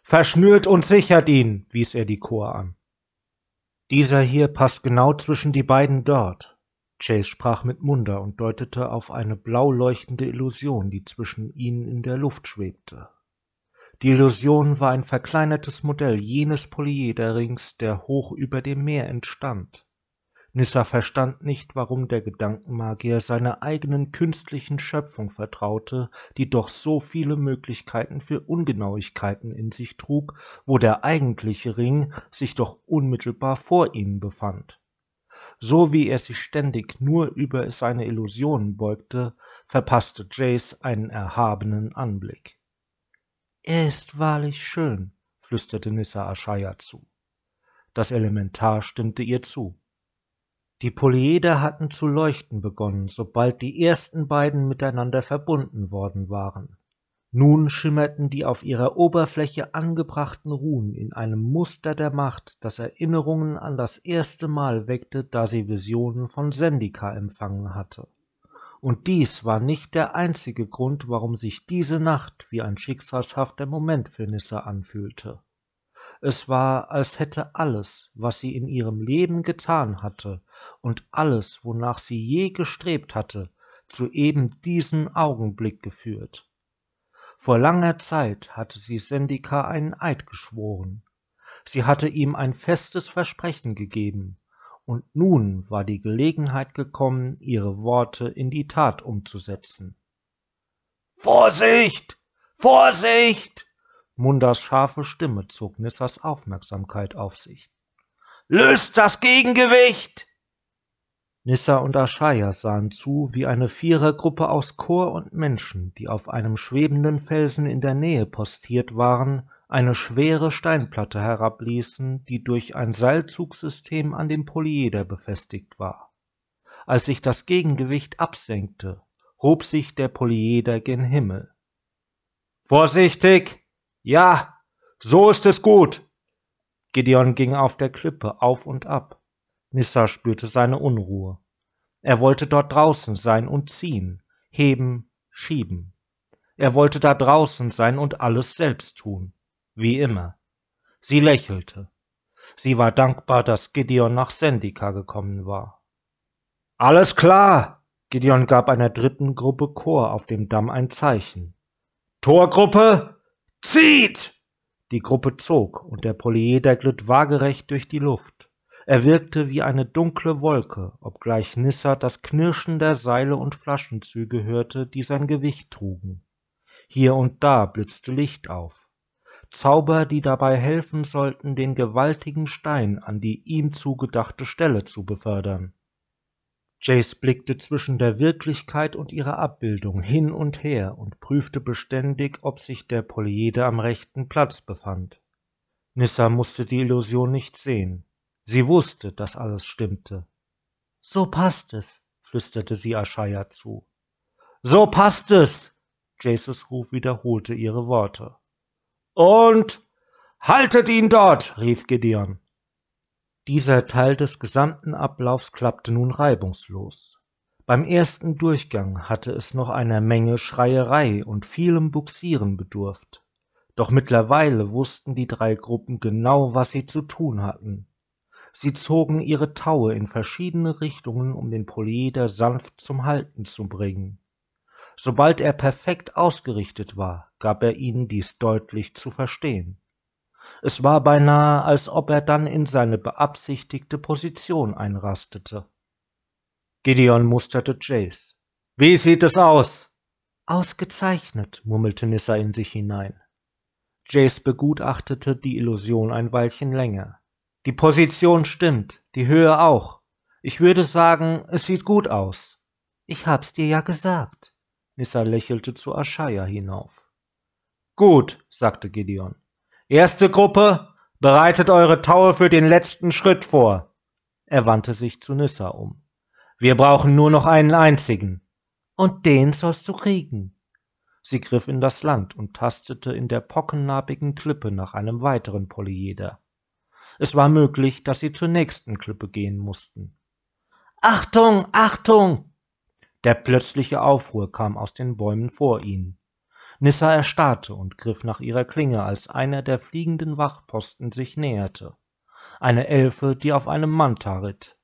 »Verschnürt und sichert ihn«, wies er die Chor an. »Dieser hier passt genau zwischen die beiden dort.« Jace sprach mit Munda und deutete auf eine blau leuchtende Illusion, die zwischen ihnen in der Luft schwebte. Die Illusion war ein verkleinertes Modell jenes Polyederrings, der hoch über dem Meer entstand. Nyssa verstand nicht, warum der Gedankenmagier seiner eigenen künstlichen Schöpfung vertraute, die doch so viele Möglichkeiten für Ungenauigkeiten in sich trug, wo der eigentliche Ring sich doch unmittelbar vor ihnen befand. So wie er sich ständig nur über seine Illusionen beugte, verpasste Jace einen erhabenen Anblick. »Er ist wahrlich schön«, flüsterte Nyssa Ashaya zu. Das Elementar stimmte ihr zu. Die Polyeder hatten zu leuchten begonnen, sobald die ersten beiden miteinander verbunden worden waren. Nun schimmerten die auf ihrer Oberfläche angebrachten Runen in einem Muster der Macht, das Erinnerungen an das erste Mal weckte, da sie Visionen von Zendika empfangen hatte. Und dies war nicht der einzige Grund, warum sich diese Nacht wie ein schicksalshafter Moment für Nyssa anfühlte. Es war, als hätte alles, was sie in ihrem Leben getan hatte und alles, wonach sie je gestrebt hatte, zu eben diesem Augenblick geführt. Vor langer Zeit hatte sie Zendika einen Eid geschworen. Sie hatte ihm ein festes Versprechen gegeben, und nun war die Gelegenheit gekommen, ihre Worte in die Tat umzusetzen. »Vorsicht! Vorsicht!« Mundas scharfe Stimme zog Nyssas Aufmerksamkeit auf sich. »Löst das Gegengewicht!« Nyssa und Ashaya sahen zu, wie eine Vierergruppe aus Chor und Menschen, die auf einem schwebenden Felsen in der Nähe postiert waren, eine schwere Steinplatte herabließen, die durch ein Seilzugsystem an dem Polyeder befestigt war. Als sich das Gegengewicht absenkte, hob sich der Polyeder gen Himmel. »Vorsichtig! Ja, so ist es gut!« Gideon ging auf der Klippe auf und ab. Nyssa spürte seine Unruhe. Er wollte dort draußen sein und ziehen, heben, schieben. Er wollte da draußen sein und alles selbst tun, wie immer. Sie lächelte. Sie war dankbar, dass Gideon nach Zendika gekommen war. »Alles klar!« Gideon gab einer dritten Gruppe Chor auf dem Damm ein Zeichen. »Torgruppe, zieht!« Die Gruppe zog, und der Polyeder glitt waagerecht durch die Luft. Er wirkte wie eine dunkle Wolke, obgleich Nyssa das Knirschen der Seile und Flaschenzüge hörte, die sein Gewicht trugen. Hier und da blitzte Licht auf. Zauber, die dabei helfen sollten, den gewaltigen Stein an die ihm zugedachte Stelle zu befördern. Jace blickte zwischen der Wirklichkeit und ihrer Abbildung hin und her und prüfte beständig, ob sich der Polyeder am rechten Platz befand. Nyssa musste die Illusion nicht sehen. Sie wusste, dass alles stimmte. »So passt es«, flüsterte sie Ashaya zu. »So passt es«, Jaces Ruf wiederholte ihre Worte. »Und haltet ihn dort«, rief Gideon. Dieser Teil des gesamten Ablaufs klappte nun reibungslos. Beim ersten Durchgang hatte es noch einer Menge Schreierei und vielem Buxieren bedurft. Doch mittlerweile wussten die drei Gruppen genau, was sie zu tun hatten. Sie zogen ihre Taue in verschiedene Richtungen, um den Polyeder sanft zum Halten zu bringen. Sobald er perfekt ausgerichtet war, gab er ihnen dies deutlich zu verstehen. Es war beinahe, als ob er dann in seine beabsichtigte Position einrastete. Gideon musterte Jace. »Wie sieht es aus?« »Ausgezeichnet«, murmelte Nyssa in sich hinein. Jace begutachtete die Illusion ein Weilchen länger. »Die Position stimmt, die Höhe auch. Ich würde sagen, es sieht gut aus.« »Ich hab's dir ja gesagt.« Nyssa lächelte zu Ashaya hinauf. »Gut«, sagte Gideon. »Erste Gruppe, bereitet eure Taue für den letzten Schritt vor.« Er wandte sich zu Nyssa um. »Wir brauchen nur noch einen einzigen.« »Und den sollst du kriegen.« Sie griff in das Land und tastete in der pockennarbigen Klippe nach einem weiteren Polyeder. Es war möglich, dass sie zur nächsten Klippe gehen mussten. »Achtung, Achtung!« Der plötzliche Aufruhr kam aus den Bäumen vor ihnen. Nissa erstarrte und griff nach ihrer Klinge, als einer der fliegenden Wachposten sich näherte. Eine Elfe, die auf einem Manta ritt.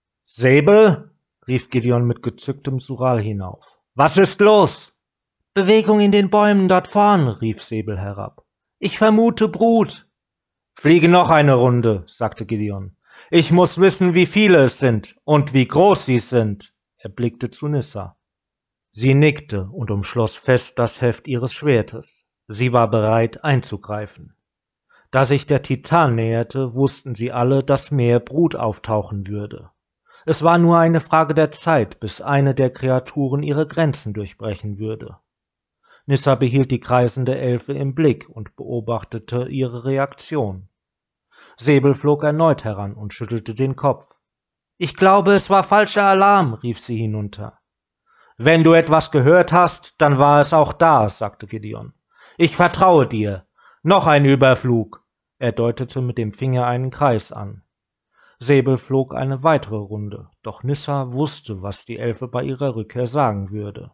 »Säbel«, rief Gideon mit gezücktem Sural hinauf. »Was ist los?« »Bewegung in den Bäumen dort vorn«, rief Säbel herab. »Ich vermute Brut.« »Fliege noch eine Runde«, sagte Gideon. »Ich muss wissen, wie viele es sind und wie groß sie sind.« Er blickte zu Nissa. Sie nickte und umschloss fest das Heft ihres Schwertes. Sie war bereit, einzugreifen. Da sich der Titan näherte, wussten sie alle, dass mehr Brut auftauchen würde. Es war nur eine Frage der Zeit, bis eine der Kreaturen ihre Grenzen durchbrechen würde. Nissa behielt die kreisende Elfe im Blick und beobachtete ihre Reaktion. Säbel flog erneut heran und schüttelte den Kopf. »Ich glaube, es war falscher Alarm«, rief sie hinunter. »Wenn du etwas gehört hast, dann war es auch da«, sagte Gideon. »Ich vertraue dir. Noch ein Überflug.« Er deutete mit dem Finger einen Kreis an. Säbel flog eine weitere Runde, doch Nissa wusste, was die Elfe bei ihrer Rückkehr sagen würde.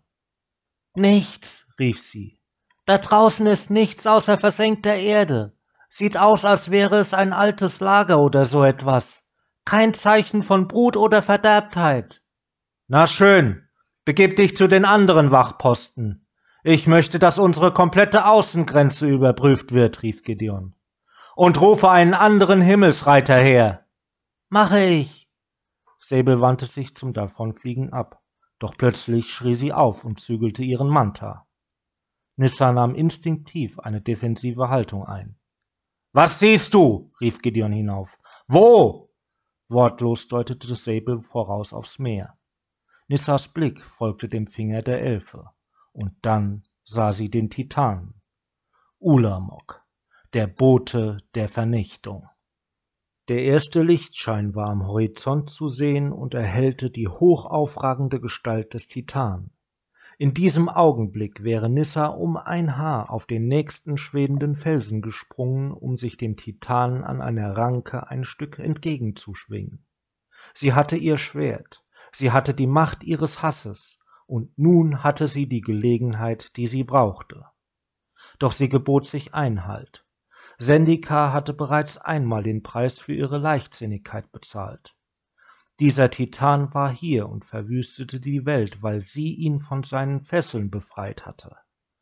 »Nichts«, rief sie. »Da draußen ist nichts außer versenkter Erde. Sieht aus, als wäre es ein altes Lager oder so etwas. Kein Zeichen von Brut oder Verderbtheit.« »Na schön, begib dich zu den anderen Wachposten. Ich möchte, dass unsere komplette Außengrenze überprüft wird«, rief Gideon. »Und rufe einen anderen Himmelsreiter her.« »Mache ich.« Säbel wandte sich zum Davonfliegen ab, doch plötzlich schrie sie auf und zügelte ihren Manta. Nissa nahm instinktiv eine defensive Haltung ein. »Was siehst du?« rief Gideon hinauf. »Wo?« Wortlos deutete Säbel voraus aufs Meer. Nissas Blick folgte dem Finger der Elfe, und dann sah sie den Titan. Ulamog, der Bote der Vernichtung. Der erste Lichtschein war am Horizont zu sehen und erhellte die hochaufragende Gestalt des Titan. In diesem Augenblick wäre Nissa um ein Haar auf den nächsten schwebenden Felsen gesprungen, um sich dem Titan an einer Ranke ein Stück entgegenzuschwingen. Sie hatte ihr Schwert, sie hatte die Macht ihres Hasses, und nun hatte sie die Gelegenheit, die sie brauchte. Doch sie gebot sich Einhalt. Zendikar hatte bereits einmal den Preis für ihre Leichtsinnigkeit bezahlt. Dieser Titan war hier und verwüstete die Welt, weil sie ihn von seinen Fesseln befreit hatte.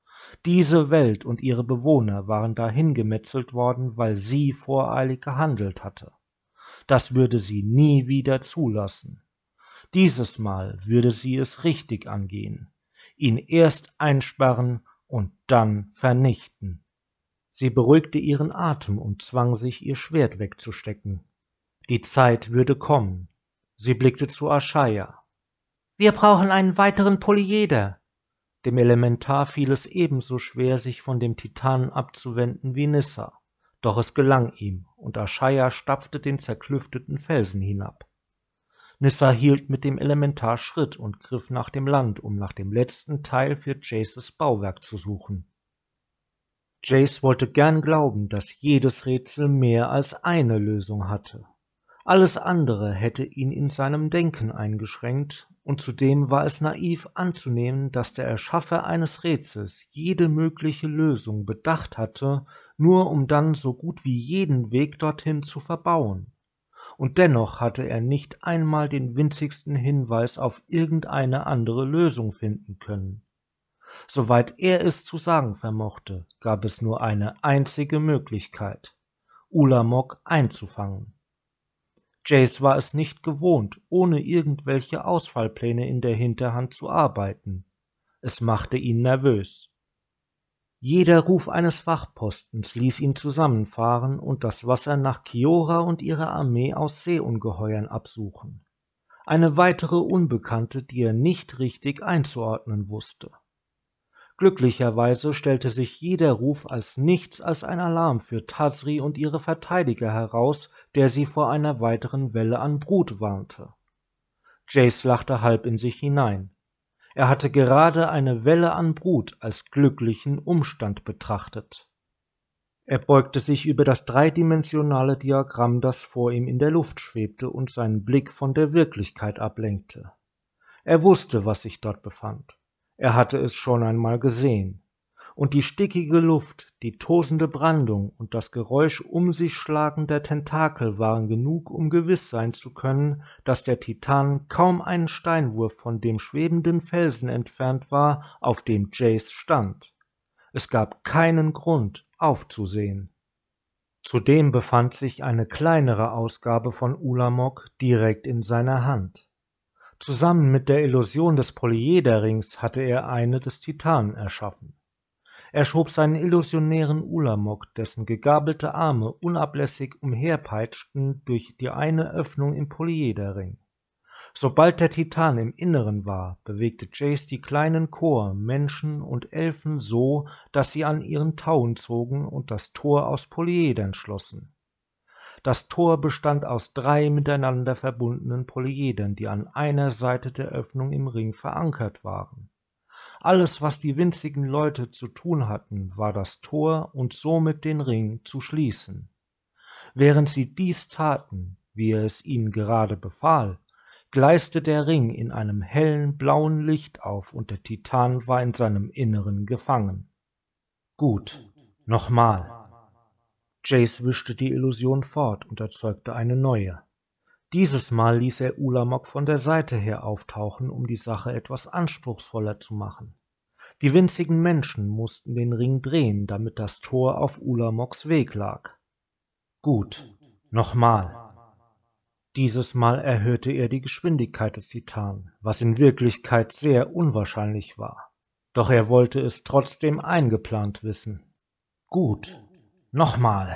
Diese Welt und ihre Bewohner waren dahingemetzelt worden, weil sie voreilig gehandelt hatte. Das würde sie nie wieder zulassen. Dieses Mal würde sie es richtig angehen, ihn erst einsperren und dann vernichten. Sie beruhigte ihren Atem und zwang sich, ihr Schwert wegzustecken. Die Zeit würde kommen. Sie blickte zu Ashaya. »Wir brauchen einen weiteren Polyeder.« Dem Elementar fiel es ebenso schwer, sich von dem Titanen abzuwenden wie Nissa. Doch es gelang ihm, und Ashaya stapfte den zerklüfteten Felsen hinab. Nissa hielt mit dem Elementar Schritt und griff nach dem Land, um nach dem letzten Teil für Jaces Bauwerk zu suchen. Jace wollte gern glauben, dass jedes Rätsel mehr als eine Lösung hatte. Alles andere hätte ihn in seinem Denken eingeschränkt, und zudem war es naiv anzunehmen, dass der Erschaffer eines Rätsels jede mögliche Lösung bedacht hatte, nur um dann so gut wie jeden Weg dorthin zu verbauen. Und dennoch hatte er nicht einmal den winzigsten Hinweis auf irgendeine andere Lösung finden können. Soweit er es zu sagen vermochte, gab es nur eine einzige Möglichkeit: Ulamog einzufangen. Jace war es nicht gewohnt, ohne irgendwelche Ausfallpläne in der Hinterhand zu arbeiten. Es machte ihn nervös. Jeder Ruf eines Wachpostens ließ ihn zusammenfahren und das Wasser nach Kiora und ihrer Armee aus Seeungeheuern absuchen. Eine weitere Unbekannte, die er nicht richtig einzuordnen wusste. Glücklicherweise stellte sich jeder Ruf als nichts als ein Alarm für Tazri und ihre Verteidiger heraus, der sie vor einer weiteren Welle an Brut warnte. Jace lachte halb in sich hinein. Er hatte gerade eine Welle an Brut als glücklichen Umstand betrachtet. Er beugte sich über das dreidimensionale Diagramm, das vor ihm in der Luft schwebte und seinen Blick von der Wirklichkeit ablenkte. Er wusste, was sich dort befand. Er hatte es schon einmal gesehen. und die stickige Luft, die tosende Brandung und das Geräusch um sich schlagender Tentakel waren genug, um gewiss sein zu können, dass der Titan kaum einen Steinwurf von dem schwebenden Felsen entfernt war, auf dem Jace stand. Es gab keinen Grund, aufzusehen. Zudem befand sich eine kleinere Ausgabe von Ulamog direkt in seiner Hand. Zusammen mit der Illusion des Polyederrings hatte er eine des Titanen erschaffen. Er schob seinen illusionären Ulamog, dessen gegabelte Arme unablässig umherpeitschten, durch die eine Öffnung im Polyederring. Sobald der Titan im Inneren war, bewegte Jace die kleinen Chor, Menschen und Elfen so, dass sie an ihren Tauen zogen und das Tor aus Polyedern schlossen. Das Tor bestand aus drei miteinander verbundenen Polyedern, die an einer Seite der Öffnung im Ring verankert waren. Alles, was die winzigen Leute zu tun hatten, war das Tor und somit den Ring zu schließen. Während sie dies taten, wie er es ihnen gerade befahl, gleiste der Ring in einem hellen blauen Licht auf und der Titan war in seinem Inneren gefangen. Gut, nochmal. Jace wischte die Illusion fort und erzeugte eine neue. Dieses Mal ließ er Ulamog von der Seite her auftauchen, um die Sache etwas anspruchsvoller zu machen. Die winzigen Menschen mussten den Ring drehen, damit das Tor auf Ulamogs Weg lag. Gut, nochmal. Dieses Mal erhöhte er die Geschwindigkeit des Titanen, was in Wirklichkeit sehr unwahrscheinlich war. Doch er wollte es trotzdem eingeplant wissen. Gut, nochmal.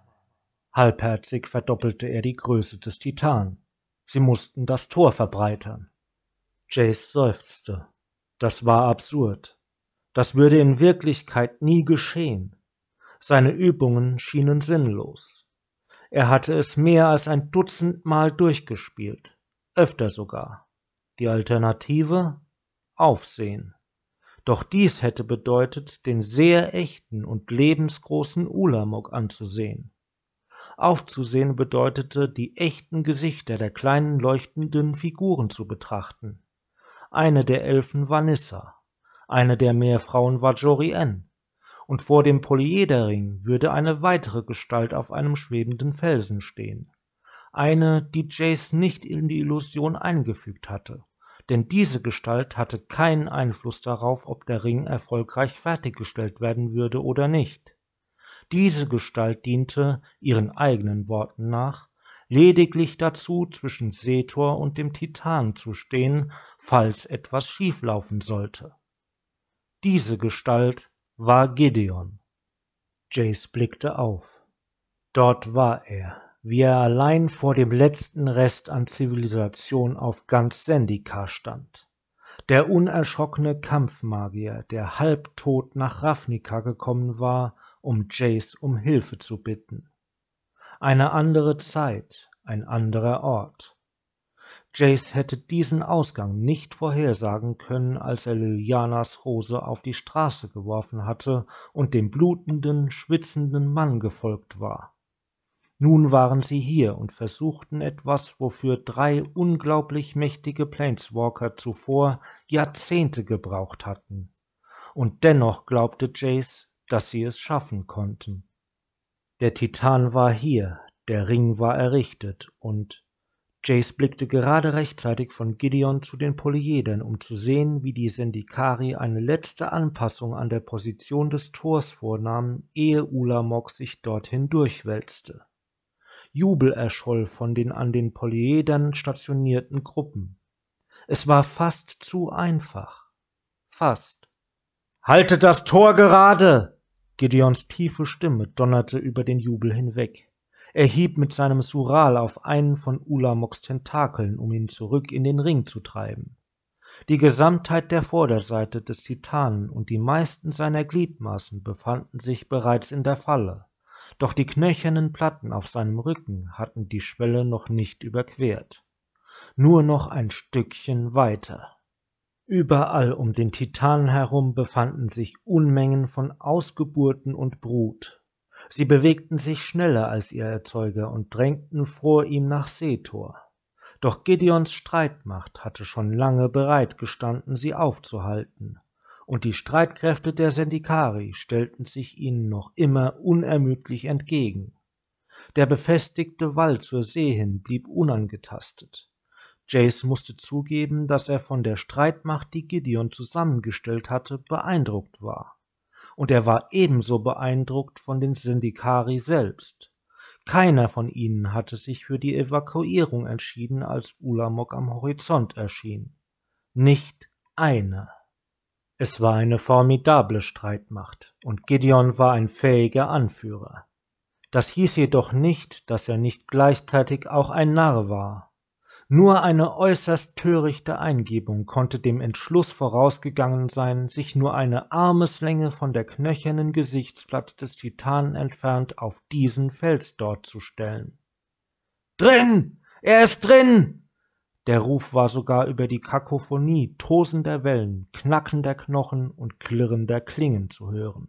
Halbherzig verdoppelte er die Größe des Titanen. Sie mussten das Tor verbreitern. Jace seufzte. Das war absurd. Das würde in Wirklichkeit nie geschehen. Seine Übungen schienen sinnlos. Er hatte es mehr als ein Dutzend Mal durchgespielt, öfter sogar. Die Alternative? Aufsehen. Doch dies hätte bedeutet, den sehr echten und lebensgroßen Ulamog anzusehen. Aufzusehen bedeutete, die echten Gesichter der kleinen leuchtenden Figuren zu betrachten. Eine der Elfen war Nissa, eine der Meerfrauen war Jorian, und vor dem Polyederring würde eine weitere Gestalt auf einem schwebenden Felsen stehen. Eine, die Jace nicht in die Illusion eingefügt hatte, denn diese Gestalt hatte keinen Einfluss darauf, ob der Ring erfolgreich fertiggestellt werden würde oder nicht. Diese Gestalt diente, ihren eigenen Worten nach, lediglich dazu, zwischen Setor und dem Titan zu stehen, falls etwas schieflaufen sollte. Diese Gestalt war Gideon. Jace blickte auf. Dort war er, wie er allein vor dem letzten Rest an Zivilisation auf ganz Zendikar stand. Der unerschrockene Kampfmagier, der halbtot nach Ravnica gekommen war, um Jace um Hilfe zu bitten. Eine andere Zeit, ein anderer Ort. Jace hätte diesen Ausgang nicht vorhersagen können, als er Lilianas Rose auf die Straße geworfen hatte und dem blutenden, schwitzenden Mann gefolgt war. Nun waren sie hier und versuchten etwas, wofür drei unglaublich mächtige Planeswalker zuvor Jahrzehnte gebraucht hatten. Und dennoch glaubte Jace, dass sie es schaffen konnten. Der Titan war hier, der Ring war errichtet und Jace blickte gerade rechtzeitig von Gideon zu den Polyedern, um zu sehen, wie die Zendikari eine letzte Anpassung an der Position des Tors vornahmen, ehe Ulamog sich dorthin durchwälzte. Jubel erscholl von den an den Polyedern stationierten Gruppen. Es war fast zu einfach. Fast. »Haltet das Tor gerade!« Gideons tiefe Stimme donnerte über den Jubel hinweg. Er hieb mit seinem Sural auf einen von Ulamogs Tentakeln, um ihn zurück in den Ring zu treiben. Die Gesamtheit der Vorderseite des Titanen und die meisten seiner Gliedmaßen befanden sich bereits in der Falle, doch die knöchernen Platten auf seinem Rücken hatten die Schwelle noch nicht überquert. Nur noch ein Stückchen weiter. Überall um den Titanen herum befanden sich Unmengen von Ausgeburten und Brut. Sie bewegten sich schneller als ihr Erzeuger und drängten vor ihm nach Setor. Doch Gideons Streitmacht hatte schon lange bereit gestanden, sie aufzuhalten. und die Streitkräfte der Sendikari stellten sich ihnen noch immer unermüdlich entgegen. Der befestigte Wall zur See hin blieb unangetastet. Jace musste zugeben, dass er von der Streitmacht, die Gideon zusammengestellt hatte, beeindruckt war. Und er war ebenso beeindruckt von den Sendikari selbst. Keiner von ihnen hatte sich für die Evakuierung entschieden, als Ulamog am Horizont erschien. Nicht einer. Es war eine formidable Streitmacht, und Gideon war ein fähiger Anführer. Das hieß jedoch nicht, dass er nicht gleichzeitig auch ein Narr war. Nur eine äußerst törichte Eingebung konnte dem Entschluss vorausgegangen sein, sich nur eine Armeslänge von der knöchernen Gesichtsplatte des Titanen entfernt auf diesen Fels dort zu stellen. »Drin! Er ist drin!« Der Ruf war sogar über die Kakophonie tosender Wellen, knackender Knochen und klirrender Klingen zu hören.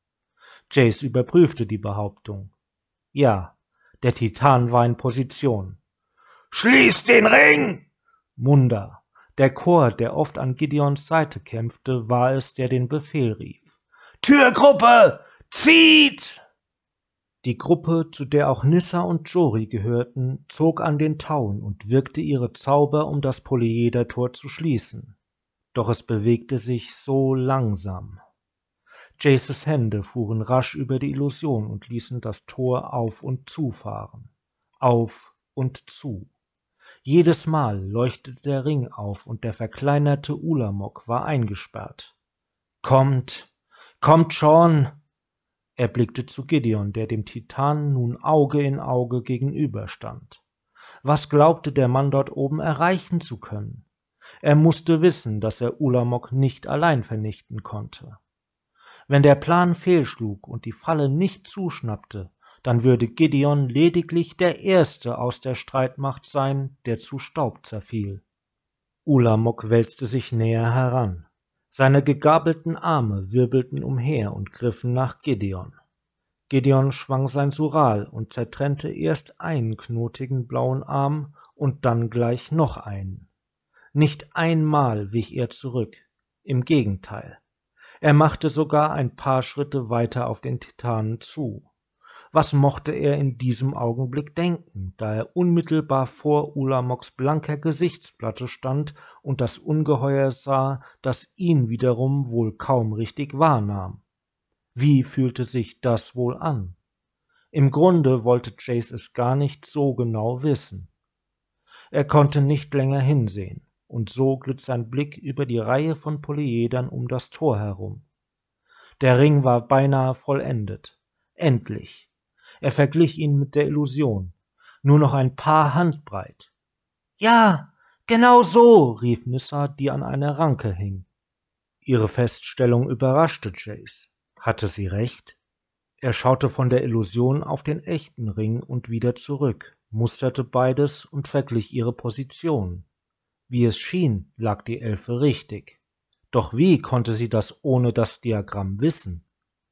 Jace überprüfte die Behauptung. Ja, der Titan war in Position. »Schließt den Ring!« Munda, der Chor, der oft an Gideons Seite kämpfte, war es, der den Befehl rief. »Türgruppe, zieht!« Die Gruppe, zu der auch Nyssa und Jori gehörten, zog an den Tauen und wirkte ihre Zauber, um das Polyeder-Tor zu schließen. Doch es bewegte sich so langsam. Jaces Hände fuhren rasch über die Illusion und ließen das Tor auf und zufahren. Auf und zu. Jedes Mal leuchtete der Ring auf und der verkleinerte Ulamog war eingesperrt. »Kommt, kommt schon!« Er blickte zu Gideon, der dem Titan nun Auge in Auge gegenüberstand. Was glaubte der Mann dort oben erreichen zu können? Er musste wissen, dass er Ulamog nicht allein vernichten konnte. Wenn der Plan fehlschlug und die Falle nicht zuschnappte, dann würde Gideon lediglich der Erste aus der Streitmacht sein, der zu Staub zerfiel. Ulamog wälzte sich näher heran. Seine gegabelten Arme wirbelten umher und griffen nach Gideon. Gideon schwang sein Sural und zertrennte erst einen knotigen blauen Arm und dann gleich noch einen. Nicht einmal wich er zurück, im Gegenteil. Er machte sogar ein paar Schritte weiter auf den Titanen zu. Was mochte er in diesem Augenblick denken, da er unmittelbar vor Ulamogs blanker Gesichtsplatte stand und das Ungeheuer sah, das ihn wiederum wohl kaum richtig wahrnahm? Wie fühlte sich das wohl an? Im Grunde wollte Jace es gar nicht so genau wissen. Er konnte nicht länger hinsehen, und so glitt sein Blick über die Reihe von Polyedern um das Tor herum. Der Ring war beinahe vollendet. Endlich. Er verglich ihn mit der Illusion. Nur noch ein paar Handbreit. »Ja, genau so«, rief Nyssa, die an einer Ranke hing. Ihre Feststellung überraschte Jace. Hatte sie recht? Er schaute von der Illusion auf den echten Ring und wieder zurück, musterte beides und verglich ihre Positionen. Wie es schien, lag die Elfe richtig. Doch wie konnte sie das ohne das Diagramm wissen?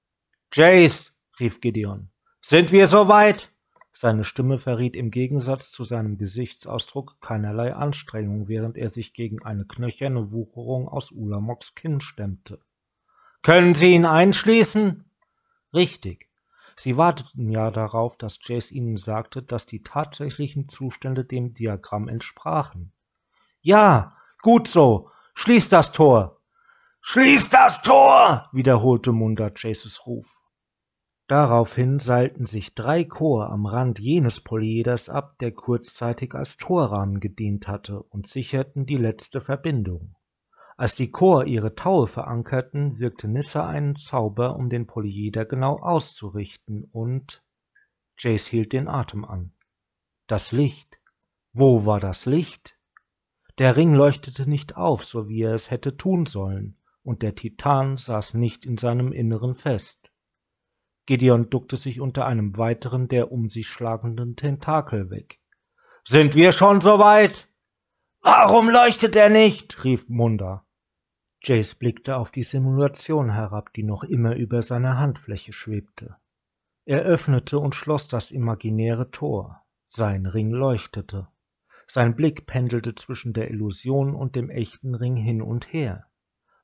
»Jace«, rief Gideon, »sind wir soweit?« Seine Stimme verriet im Gegensatz zu seinem Gesichtsausdruck keinerlei Anstrengung, während er sich gegen eine knöcherne Wucherung aus Ulamogs Kinn stemmte. »Können Sie ihn einschließen?« »Richtig. Sie warteten ja darauf, dass Jace ihnen sagte, dass die tatsächlichen Zustände dem Diagramm entsprachen.« »Ja, gut so. Schließ das Tor!« »Schließ das Tor!« wiederholte Munda Jaces Ruf. Daraufhin seilten sich drei Chor am Rand jenes Polyeders ab, der kurzzeitig als Torrahmen gedient hatte, und sicherten die letzte Verbindung. Als die Chor ihre Taue verankerten, wirkte Nyssa einen Zauber, um den Polyeder genau auszurichten, und Jace hielt den Atem an. Das Licht. Wo war das Licht? Der Ring leuchtete nicht auf, so wie er es hätte tun sollen, und der Titan saß nicht in seinem Inneren fest. Gideon duckte sich unter einem weiteren der um sich schlagenden Tentakel weg. »Sind wir schon soweit?« »Warum leuchtet er nicht?« rief Munda. Jace blickte auf die Simulation herab, die noch immer über seiner Handfläche schwebte. Er öffnete und schloss das imaginäre Tor. Sein Ring leuchtete. Sein Blick pendelte zwischen der Illusion und dem echten Ring hin und her.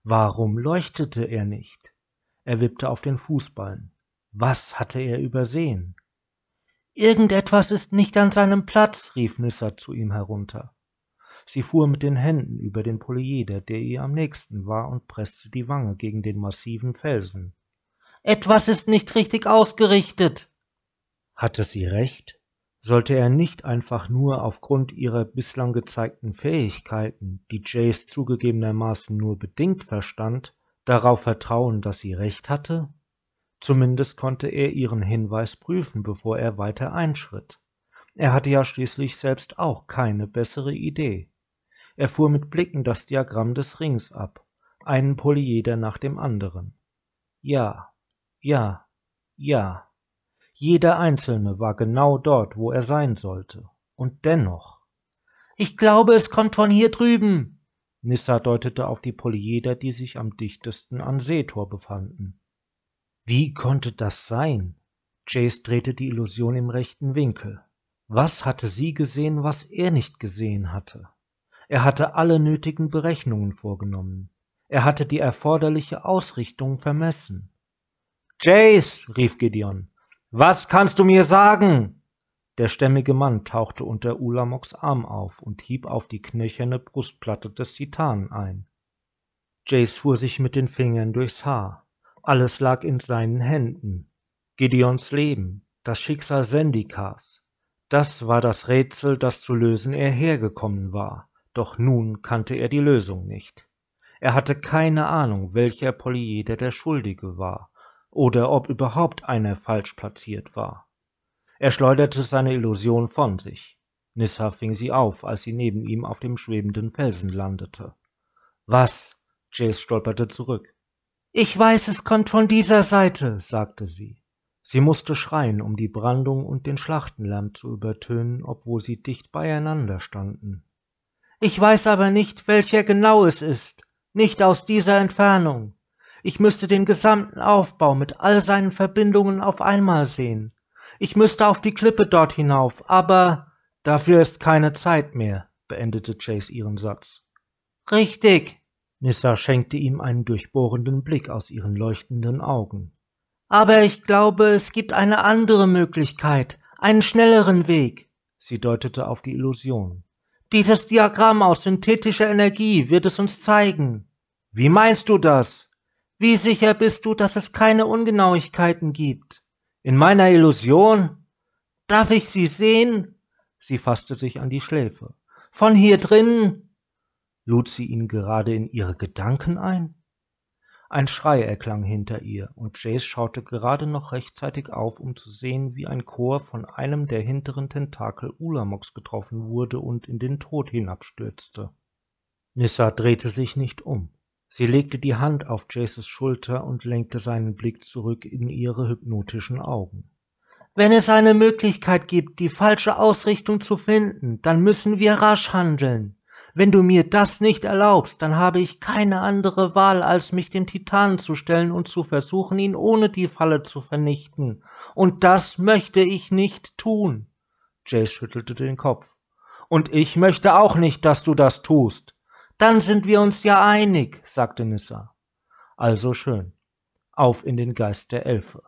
Warum leuchtete er nicht? Er wippte auf den Fußballen. Was hatte er übersehen? »Irgendetwas ist nicht an seinem Platz«, rief Nyssa zu ihm herunter. Sie fuhr mit den Händen über den Polyeder, der ihr am nächsten war, und presste die Wange gegen den massiven Felsen. »Etwas ist nicht richtig ausgerichtet!« Hatte sie recht? Sollte er nicht einfach nur aufgrund ihrer bislang gezeigten Fähigkeiten, die Jace zugegebenermaßen nur bedingt verstand, darauf vertrauen, dass sie recht hatte? Zumindest konnte er ihren Hinweis prüfen, bevor er weiter einschritt. Er hatte ja schließlich selbst auch keine bessere Idee. Er fuhr mit Blicken das Diagramm des Rings ab, einen Polyeder nach dem anderen. Ja, ja, ja. Jeder einzelne war genau dort, wo er sein sollte. Und dennoch. »Ich glaube, es kommt von hier drüben!« Nyssa deutete auf die Polyeder, die sich am dichtesten an Seetor befanden. Wie konnte das sein? Jace drehte die Illusion im rechten Winkel. Was hatte sie gesehen, was er nicht gesehen hatte? Er hatte alle nötigen Berechnungen vorgenommen. Er hatte die erforderliche Ausrichtung vermessen. »Jace«, rief Gideon, »was kannst du mir sagen?« Der stämmige Mann tauchte unter Ulamoks Arm auf und hieb auf die knöcherne Brustplatte des Titanen ein. Jace fuhr sich mit den Fingern durchs Haar. Alles lag in seinen Händen. Gideons Leben, das Schicksal Zendikars. Das war das Rätsel, das zu lösen er hergekommen war. Doch nun kannte er die Lösung nicht. Er hatte keine Ahnung, welcher Polyeder der Schuldige war oder ob überhaupt einer falsch platziert war. Er schleuderte seine Illusion von sich. Nyssa fing sie auf, als sie neben ihm auf dem schwebenden Felsen landete. »Was?« Jace stolperte zurück. »Ich weiß, es kommt von dieser Seite«, sagte sie. Sie musste schreien, um die Brandung und den Schlachtenlärm zu übertönen, obwohl sie dicht beieinander standen. »Ich weiß aber nicht, welcher genau es ist, nicht aus dieser Entfernung. Ich müsste den gesamten Aufbau mit all seinen Verbindungen auf einmal sehen. Ich müsste auf die Klippe dort hinauf, aber dafür ist keine Zeit mehr«, beendete Jace ihren Satz. »Richtig«, Nyssa schenkte ihm einen durchbohrenden Blick aus ihren leuchtenden Augen. »Aber ich glaube, es gibt eine andere Möglichkeit, einen schnelleren Weg.« Sie deutete auf die Illusion. »Dieses Diagramm aus synthetischer Energie wird es uns zeigen.« »Wie meinst du das?« »Wie sicher bist du, dass es keine Ungenauigkeiten gibt?« »In meiner Illusion?« »Darf ich sie sehen?« Sie fasste sich an die Schläfe. »Von hier drinnen?« Lud sie ihn gerade in ihre Gedanken ein? Ein Schrei erklang hinter ihr, und Jace schaute gerade noch rechtzeitig auf, um zu sehen, wie ein Chor von einem der hinteren Tentakel Ulamoks getroffen wurde und in den Tod hinabstürzte. Nyssa drehte sich nicht um. Sie legte die Hand auf Jaces Schulter und lenkte seinen Blick zurück in ihre hypnotischen Augen. »Wenn es eine Möglichkeit gibt, die falsche Ausrichtung zu finden, dann müssen wir rasch handeln. Wenn du mir das nicht erlaubst, dann habe ich keine andere Wahl, als mich den Titanen zu stellen und zu versuchen, ihn ohne die Falle zu vernichten. Und das möchte ich nicht tun.« Jace schüttelte den Kopf. »Und ich möchte auch nicht, dass du das tust.« »Dann sind wir uns ja einig«, sagte Nyssa. »Also schön. Auf in den Geist der Elfe.«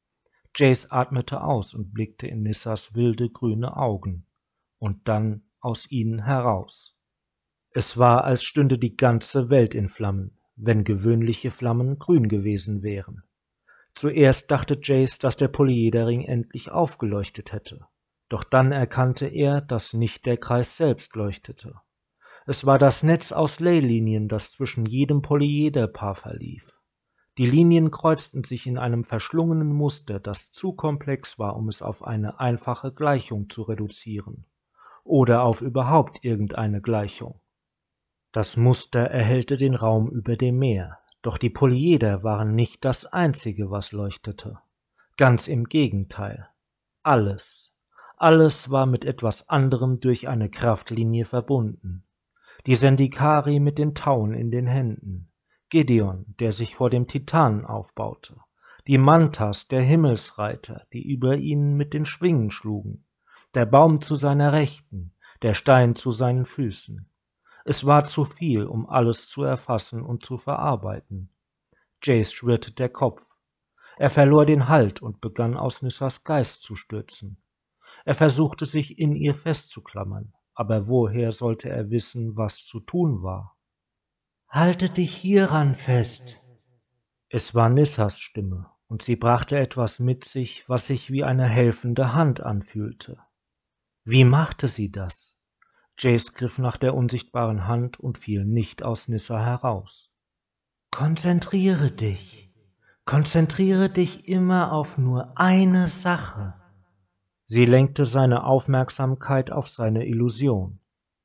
Jace atmete aus und blickte in Nyssas wilde grüne Augen und dann aus ihnen heraus. Es war, als stünde die ganze Welt in Flammen, wenn gewöhnliche Flammen grün gewesen wären. Zuerst dachte Jace, dass der Polyederring endlich aufgeleuchtet hätte, doch dann erkannte er, dass nicht der Kreis selbst leuchtete. Es war das Netz aus Leylinien, das zwischen jedem Polyederpaar verlief. Die Linien kreuzten sich in einem verschlungenen Muster, das zu komplex war, um es auf eine einfache Gleichung zu reduzieren. Oder auf überhaupt irgendeine Gleichung. Das Muster erhellte den Raum über dem Meer, doch die Polyeder waren nicht das Einzige, was leuchtete. Ganz im Gegenteil. Alles, alles war mit etwas anderem durch eine Kraftlinie verbunden. Die Zendikari mit den Tauen in den Händen, Gideon, der sich vor dem Titanen aufbaute, die Mantas, der Himmelsreiter, die über ihnen mit den Schwingen schlugen, der Baum zu seiner Rechten, der Stein zu seinen Füßen. Es war zu viel, um alles zu erfassen und zu verarbeiten. Jace schwirrte der Kopf. Er verlor den Halt und begann aus Nissas Geist zu stürzen. Er versuchte sich in ihr festzuklammern, aber woher sollte er wissen, was zu tun war? Halte dich hieran fest. Es war Nissas Stimme, und sie brachte etwas mit sich, was sich wie eine helfende Hand anfühlte. Wie machte sie das? Jace griff nach der unsichtbaren Hand und fiel nicht aus Nissa heraus. Konzentriere dich. Konzentriere dich immer auf nur eine Sache. Sie lenkte seine Aufmerksamkeit auf seine Illusion.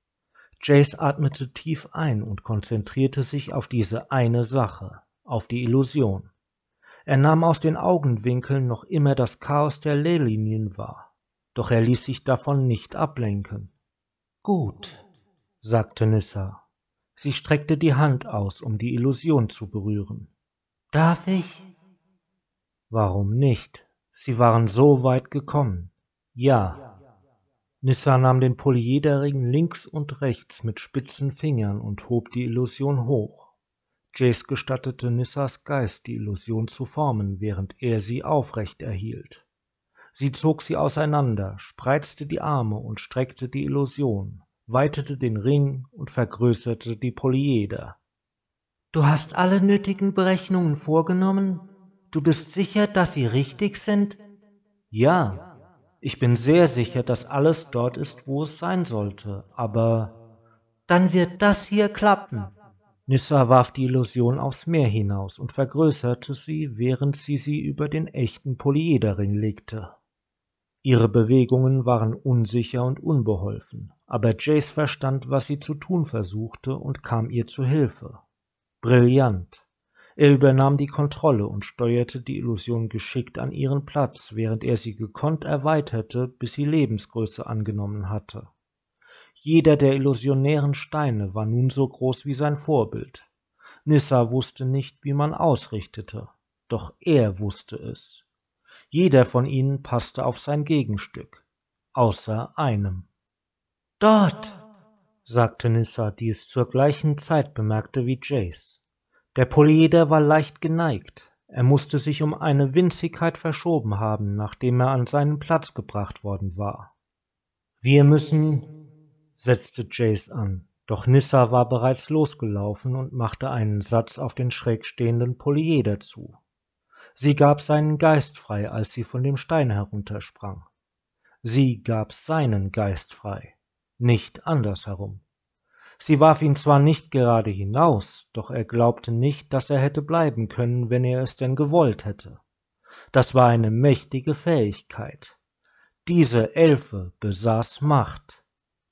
Jace atmete tief ein und konzentrierte sich auf diese eine Sache, auf die Illusion. Er nahm aus den Augenwinkeln noch immer das Chaos der Leylinien wahr, doch er ließ sich davon nicht ablenken. Gut, sagte Nissa. Sie streckte die Hand aus, um die Illusion zu berühren. Darf ich? Warum nicht? Sie waren so weit gekommen. Ja. Nissa nahm den Polyederring links und rechts mit spitzen Fingern und hob die Illusion hoch. Jace gestattete Nissas Geist, die Illusion zu formen, während er sie aufrecht erhielt. Sie zog sie auseinander, spreizte die Arme und streckte die Illusion, weitete den Ring und vergrößerte die Polyeder. Du hast alle nötigen Berechnungen vorgenommen? Du bist sicher, dass sie richtig sind? Ja, ich bin sehr sicher, dass alles dort ist, wo es sein sollte, aber... Dann wird das hier klappen. Nissa warf die Illusion aufs Meer hinaus und vergrößerte sie, während sie sie über den echten Polyederring legte. Ihre Bewegungen waren unsicher und unbeholfen, aber Jace verstand, was sie zu tun versuchte und kam ihr zu Hilfe. Brillant. Er übernahm die Kontrolle und steuerte die Illusion geschickt an ihren Platz, während er sie gekonnt erweiterte, bis sie Lebensgröße angenommen hatte. Jeder der illusionären Steine war nun so groß wie sein Vorbild. Nissa wusste nicht, wie man ausrichtete, doch er wusste es. Jeder von ihnen passte auf sein Gegenstück, außer einem. »Dort«, sagte Nissa, die es zur gleichen Zeit bemerkte wie Jace. Der Polyeder war leicht geneigt. Er musste sich um eine Winzigkeit verschoben haben, nachdem er an seinen Platz gebracht worden war. »Wir müssen«, setzte Jace an, doch Nissa war bereits losgelaufen und machte einen Satz auf den schräg stehenden Polyeder zu. Sie gab seinen Geist frei, als sie von dem Stein heruntersprang. Sie gab seinen Geist frei, nicht andersherum. Sie warf ihn zwar nicht gerade hinaus, doch er glaubte nicht, dass er hätte bleiben können, wenn er es denn gewollt hätte. Das war eine mächtige Fähigkeit. Diese Elfe besaß Macht.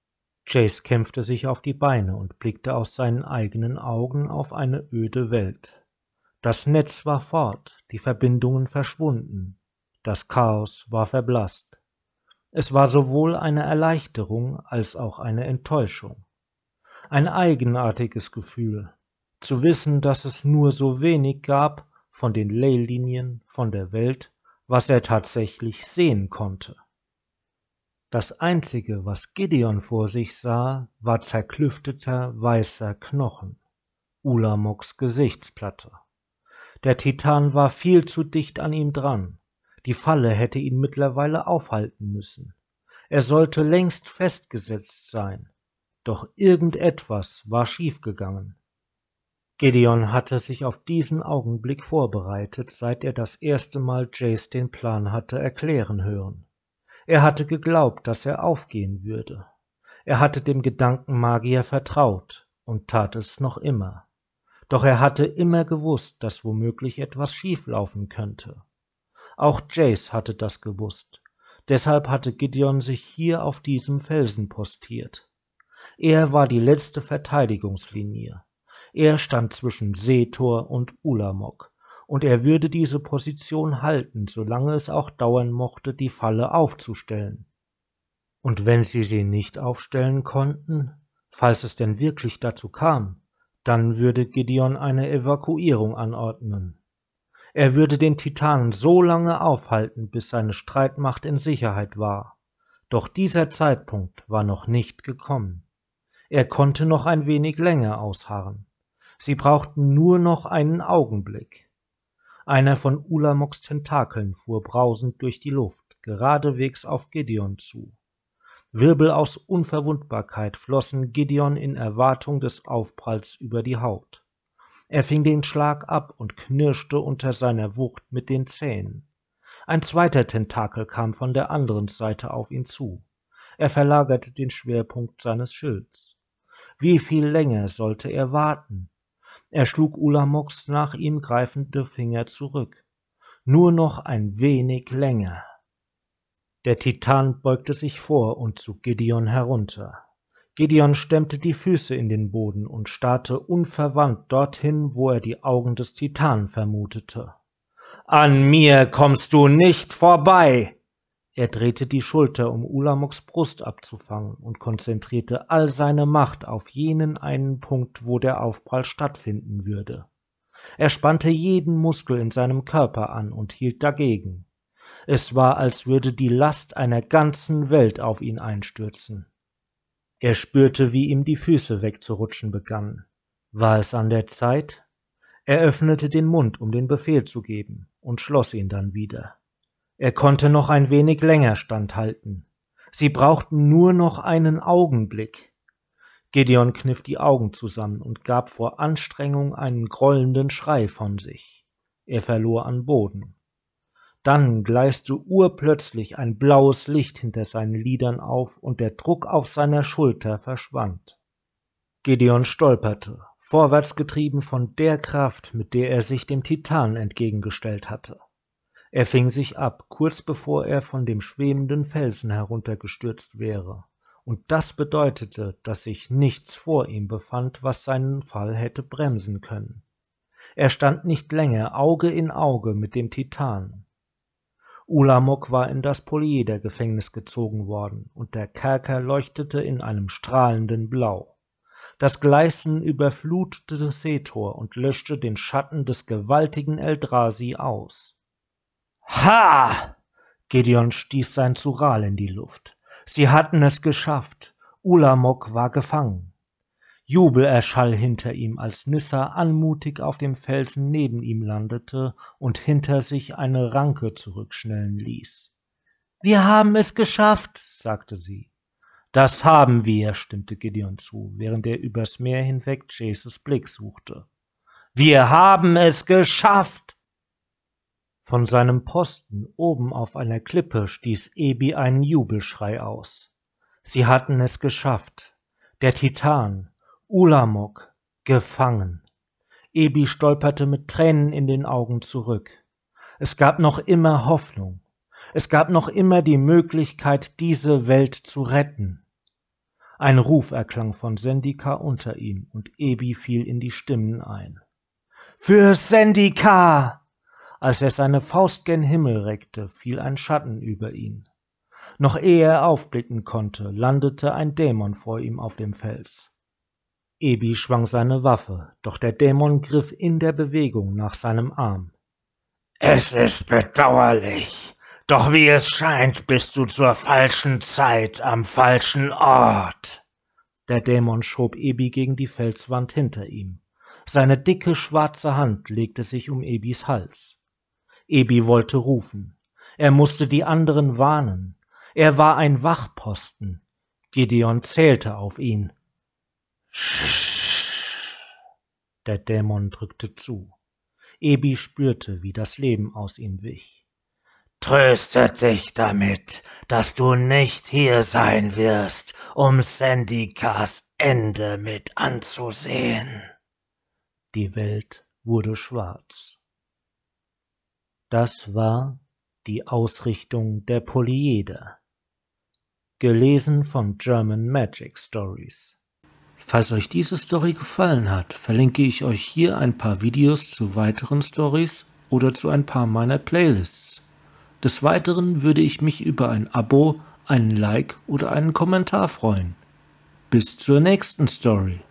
Jace kämpfte sich auf die Beine und blickte aus seinen eigenen Augen auf eine öde Welt. Das Netz war fort, die Verbindungen verschwunden, das Chaos war verblasst. Es war sowohl eine Erleichterung als auch eine Enttäuschung. Ein eigenartiges Gefühl, zu wissen, dass es nur so wenig gab von den Leylinien, von der Welt, was er tatsächlich sehen konnte. Das Einzige, was Gideon vor sich sah, war zerklüfteter, weißer Knochen, Ulamoks Gesichtsplatte. Der Titan war viel zu dicht an ihm dran. Die Falle hätte ihn mittlerweile aufhalten müssen. Er sollte längst festgesetzt sein. Doch irgendetwas war schiefgegangen. Gideon hatte sich auf diesen Augenblick vorbereitet, seit er das erste Mal Jace den Plan hatte erklären hören. Er hatte geglaubt, dass er aufgehen würde. Er hatte dem Gedankenmagier vertraut und tat es noch immer. Doch er hatte immer gewusst, dass womöglich etwas schieflaufen könnte. Auch Jace hatte das gewusst. Deshalb hatte Gideon sich hier auf diesem Felsen postiert. Er war die letzte Verteidigungslinie. Er stand zwischen Seetor und Ulamog, und er würde diese Position halten, solange es auch dauern mochte, die Falle aufzustellen. Und wenn sie sie nicht aufstellen konnten, falls es denn wirklich dazu kam, dann würde Gideon eine Evakuierung anordnen. Er würde den Titanen so lange aufhalten, bis seine Streitmacht in Sicherheit war. Doch dieser Zeitpunkt war noch nicht gekommen. Er konnte noch ein wenig länger ausharren. Sie brauchten nur noch einen Augenblick. Einer von Ulamoks Tentakeln fuhr brausend durch die Luft, geradewegs auf Gideon zu. Wirbel aus Unverwundbarkeit flossen Gideon in Erwartung des Aufpralls über die Haut. Er fing den Schlag ab und knirschte unter seiner Wucht mit den Zähnen. Ein zweiter Tentakel kam von der anderen Seite auf ihn zu. Er verlagerte den Schwerpunkt seines Schilds. Wie viel länger sollte er warten? Er schlug Ulamoks nach ihm greifende Finger zurück. Nur noch ein wenig länger. Der Titan beugte sich vor und zog Gideon herunter. Gideon stemmte die Füße in den Boden und starrte unverwandt dorthin, wo er die Augen des Titanen vermutete. »An mir kommst du nicht vorbei!« Er drehte die Schulter, um Ulamoks Brust abzufangen, und konzentrierte all seine Macht auf jenen einen Punkt, wo der Aufprall stattfinden würde. Er spannte jeden Muskel in seinem Körper an und hielt dagegen. Es war, als würde die Last einer ganzen Welt auf ihn einstürzen. Er spürte, wie ihm die Füße wegzurutschen begannen. War es an der Zeit? Er öffnete den Mund, um den Befehl zu geben, und schloss ihn dann wieder. Er konnte noch ein wenig länger standhalten. Sie brauchten nur noch einen Augenblick. Gideon kniff die Augen zusammen und gab vor Anstrengung einen grollenden Schrei von sich. Er verlor an Boden. Dann gleiste urplötzlich ein blaues Licht hinter seinen Lidern auf und der Druck auf seiner Schulter verschwand. Gideon stolperte, vorwärts getrieben von der Kraft, mit der er sich dem Titan entgegengestellt hatte. Er fing sich ab, kurz bevor er von dem schwebenden Felsen heruntergestürzt wäre, und das bedeutete, dass sich nichts vor ihm befand, was seinen Fall hätte bremsen können. Er stand nicht länger Auge in Auge mit dem Titan. Ulamok war in das Polyeder-Gefängnis gezogen worden, und der Kerker leuchtete in einem strahlenden Blau. Das Gleißen überflutete Setor und löschte den Schatten des gewaltigen Eldrazi aus. »Ha!« Gideon stieß sein Sural in die Luft. Sie hatten es geschafft. Ulamok war gefangen. Jubel erschall hinter ihm, als Nissa anmutig auf dem Felsen neben ihm landete und hinter sich eine Ranke zurückschnellen ließ. »Wir haben es geschafft«, sagte sie. »Das haben wir«, stimmte Gideon zu, während er übers Meer hinweg Jaces Blick suchte. »Wir haben es geschafft!« Von seinem Posten oben auf einer Klippe stieß Ebi einen Jubelschrei aus. Sie hatten es geschafft. Der Titan, Ulamok, gefangen. Ebi stolperte mit Tränen in den Augen zurück. Es gab noch immer Hoffnung. Es gab noch immer die Möglichkeit, diese Welt zu retten. Ein Ruf erklang von Zendika unter ihm, und Ebi fiel in die Stimmen ein. »Für Zendika!« Als er seine Faust gen Himmel reckte, fiel ein Schatten über ihn. Noch ehe er aufblicken konnte, landete ein Dämon vor ihm auf dem Fels. Ebi schwang seine Waffe, doch der Dämon griff in der Bewegung nach seinem Arm. »Es ist bedauerlich, doch wie es scheint, bist du zur falschen Zeit am falschen Ort.« Der Dämon schob Ebi gegen die Felswand hinter ihm. Seine dicke, schwarze Hand legte sich um Ebis Hals. Ebi wollte rufen. Er musste die anderen warnen. Er war ein Wachposten. Gideon zählte auf ihn. Der Dämon drückte zu. Ebi spürte, wie das Leben aus ihm wich. »Tröste dich damit, dass du nicht hier sein wirst, um Zendikas Ende mit anzusehen.« Die Welt wurde schwarz. Das war die Ausrichtung der Polyeder. Gelesen von German Magic Stories. Falls euch diese Story gefallen hat, verlinke ich euch hier ein paar Videos zu weiteren Stories oder zu ein paar meiner Playlists. Des Weiteren würde ich mich über ein Abo, einen Like oder einen Kommentar freuen. Bis zur nächsten Story.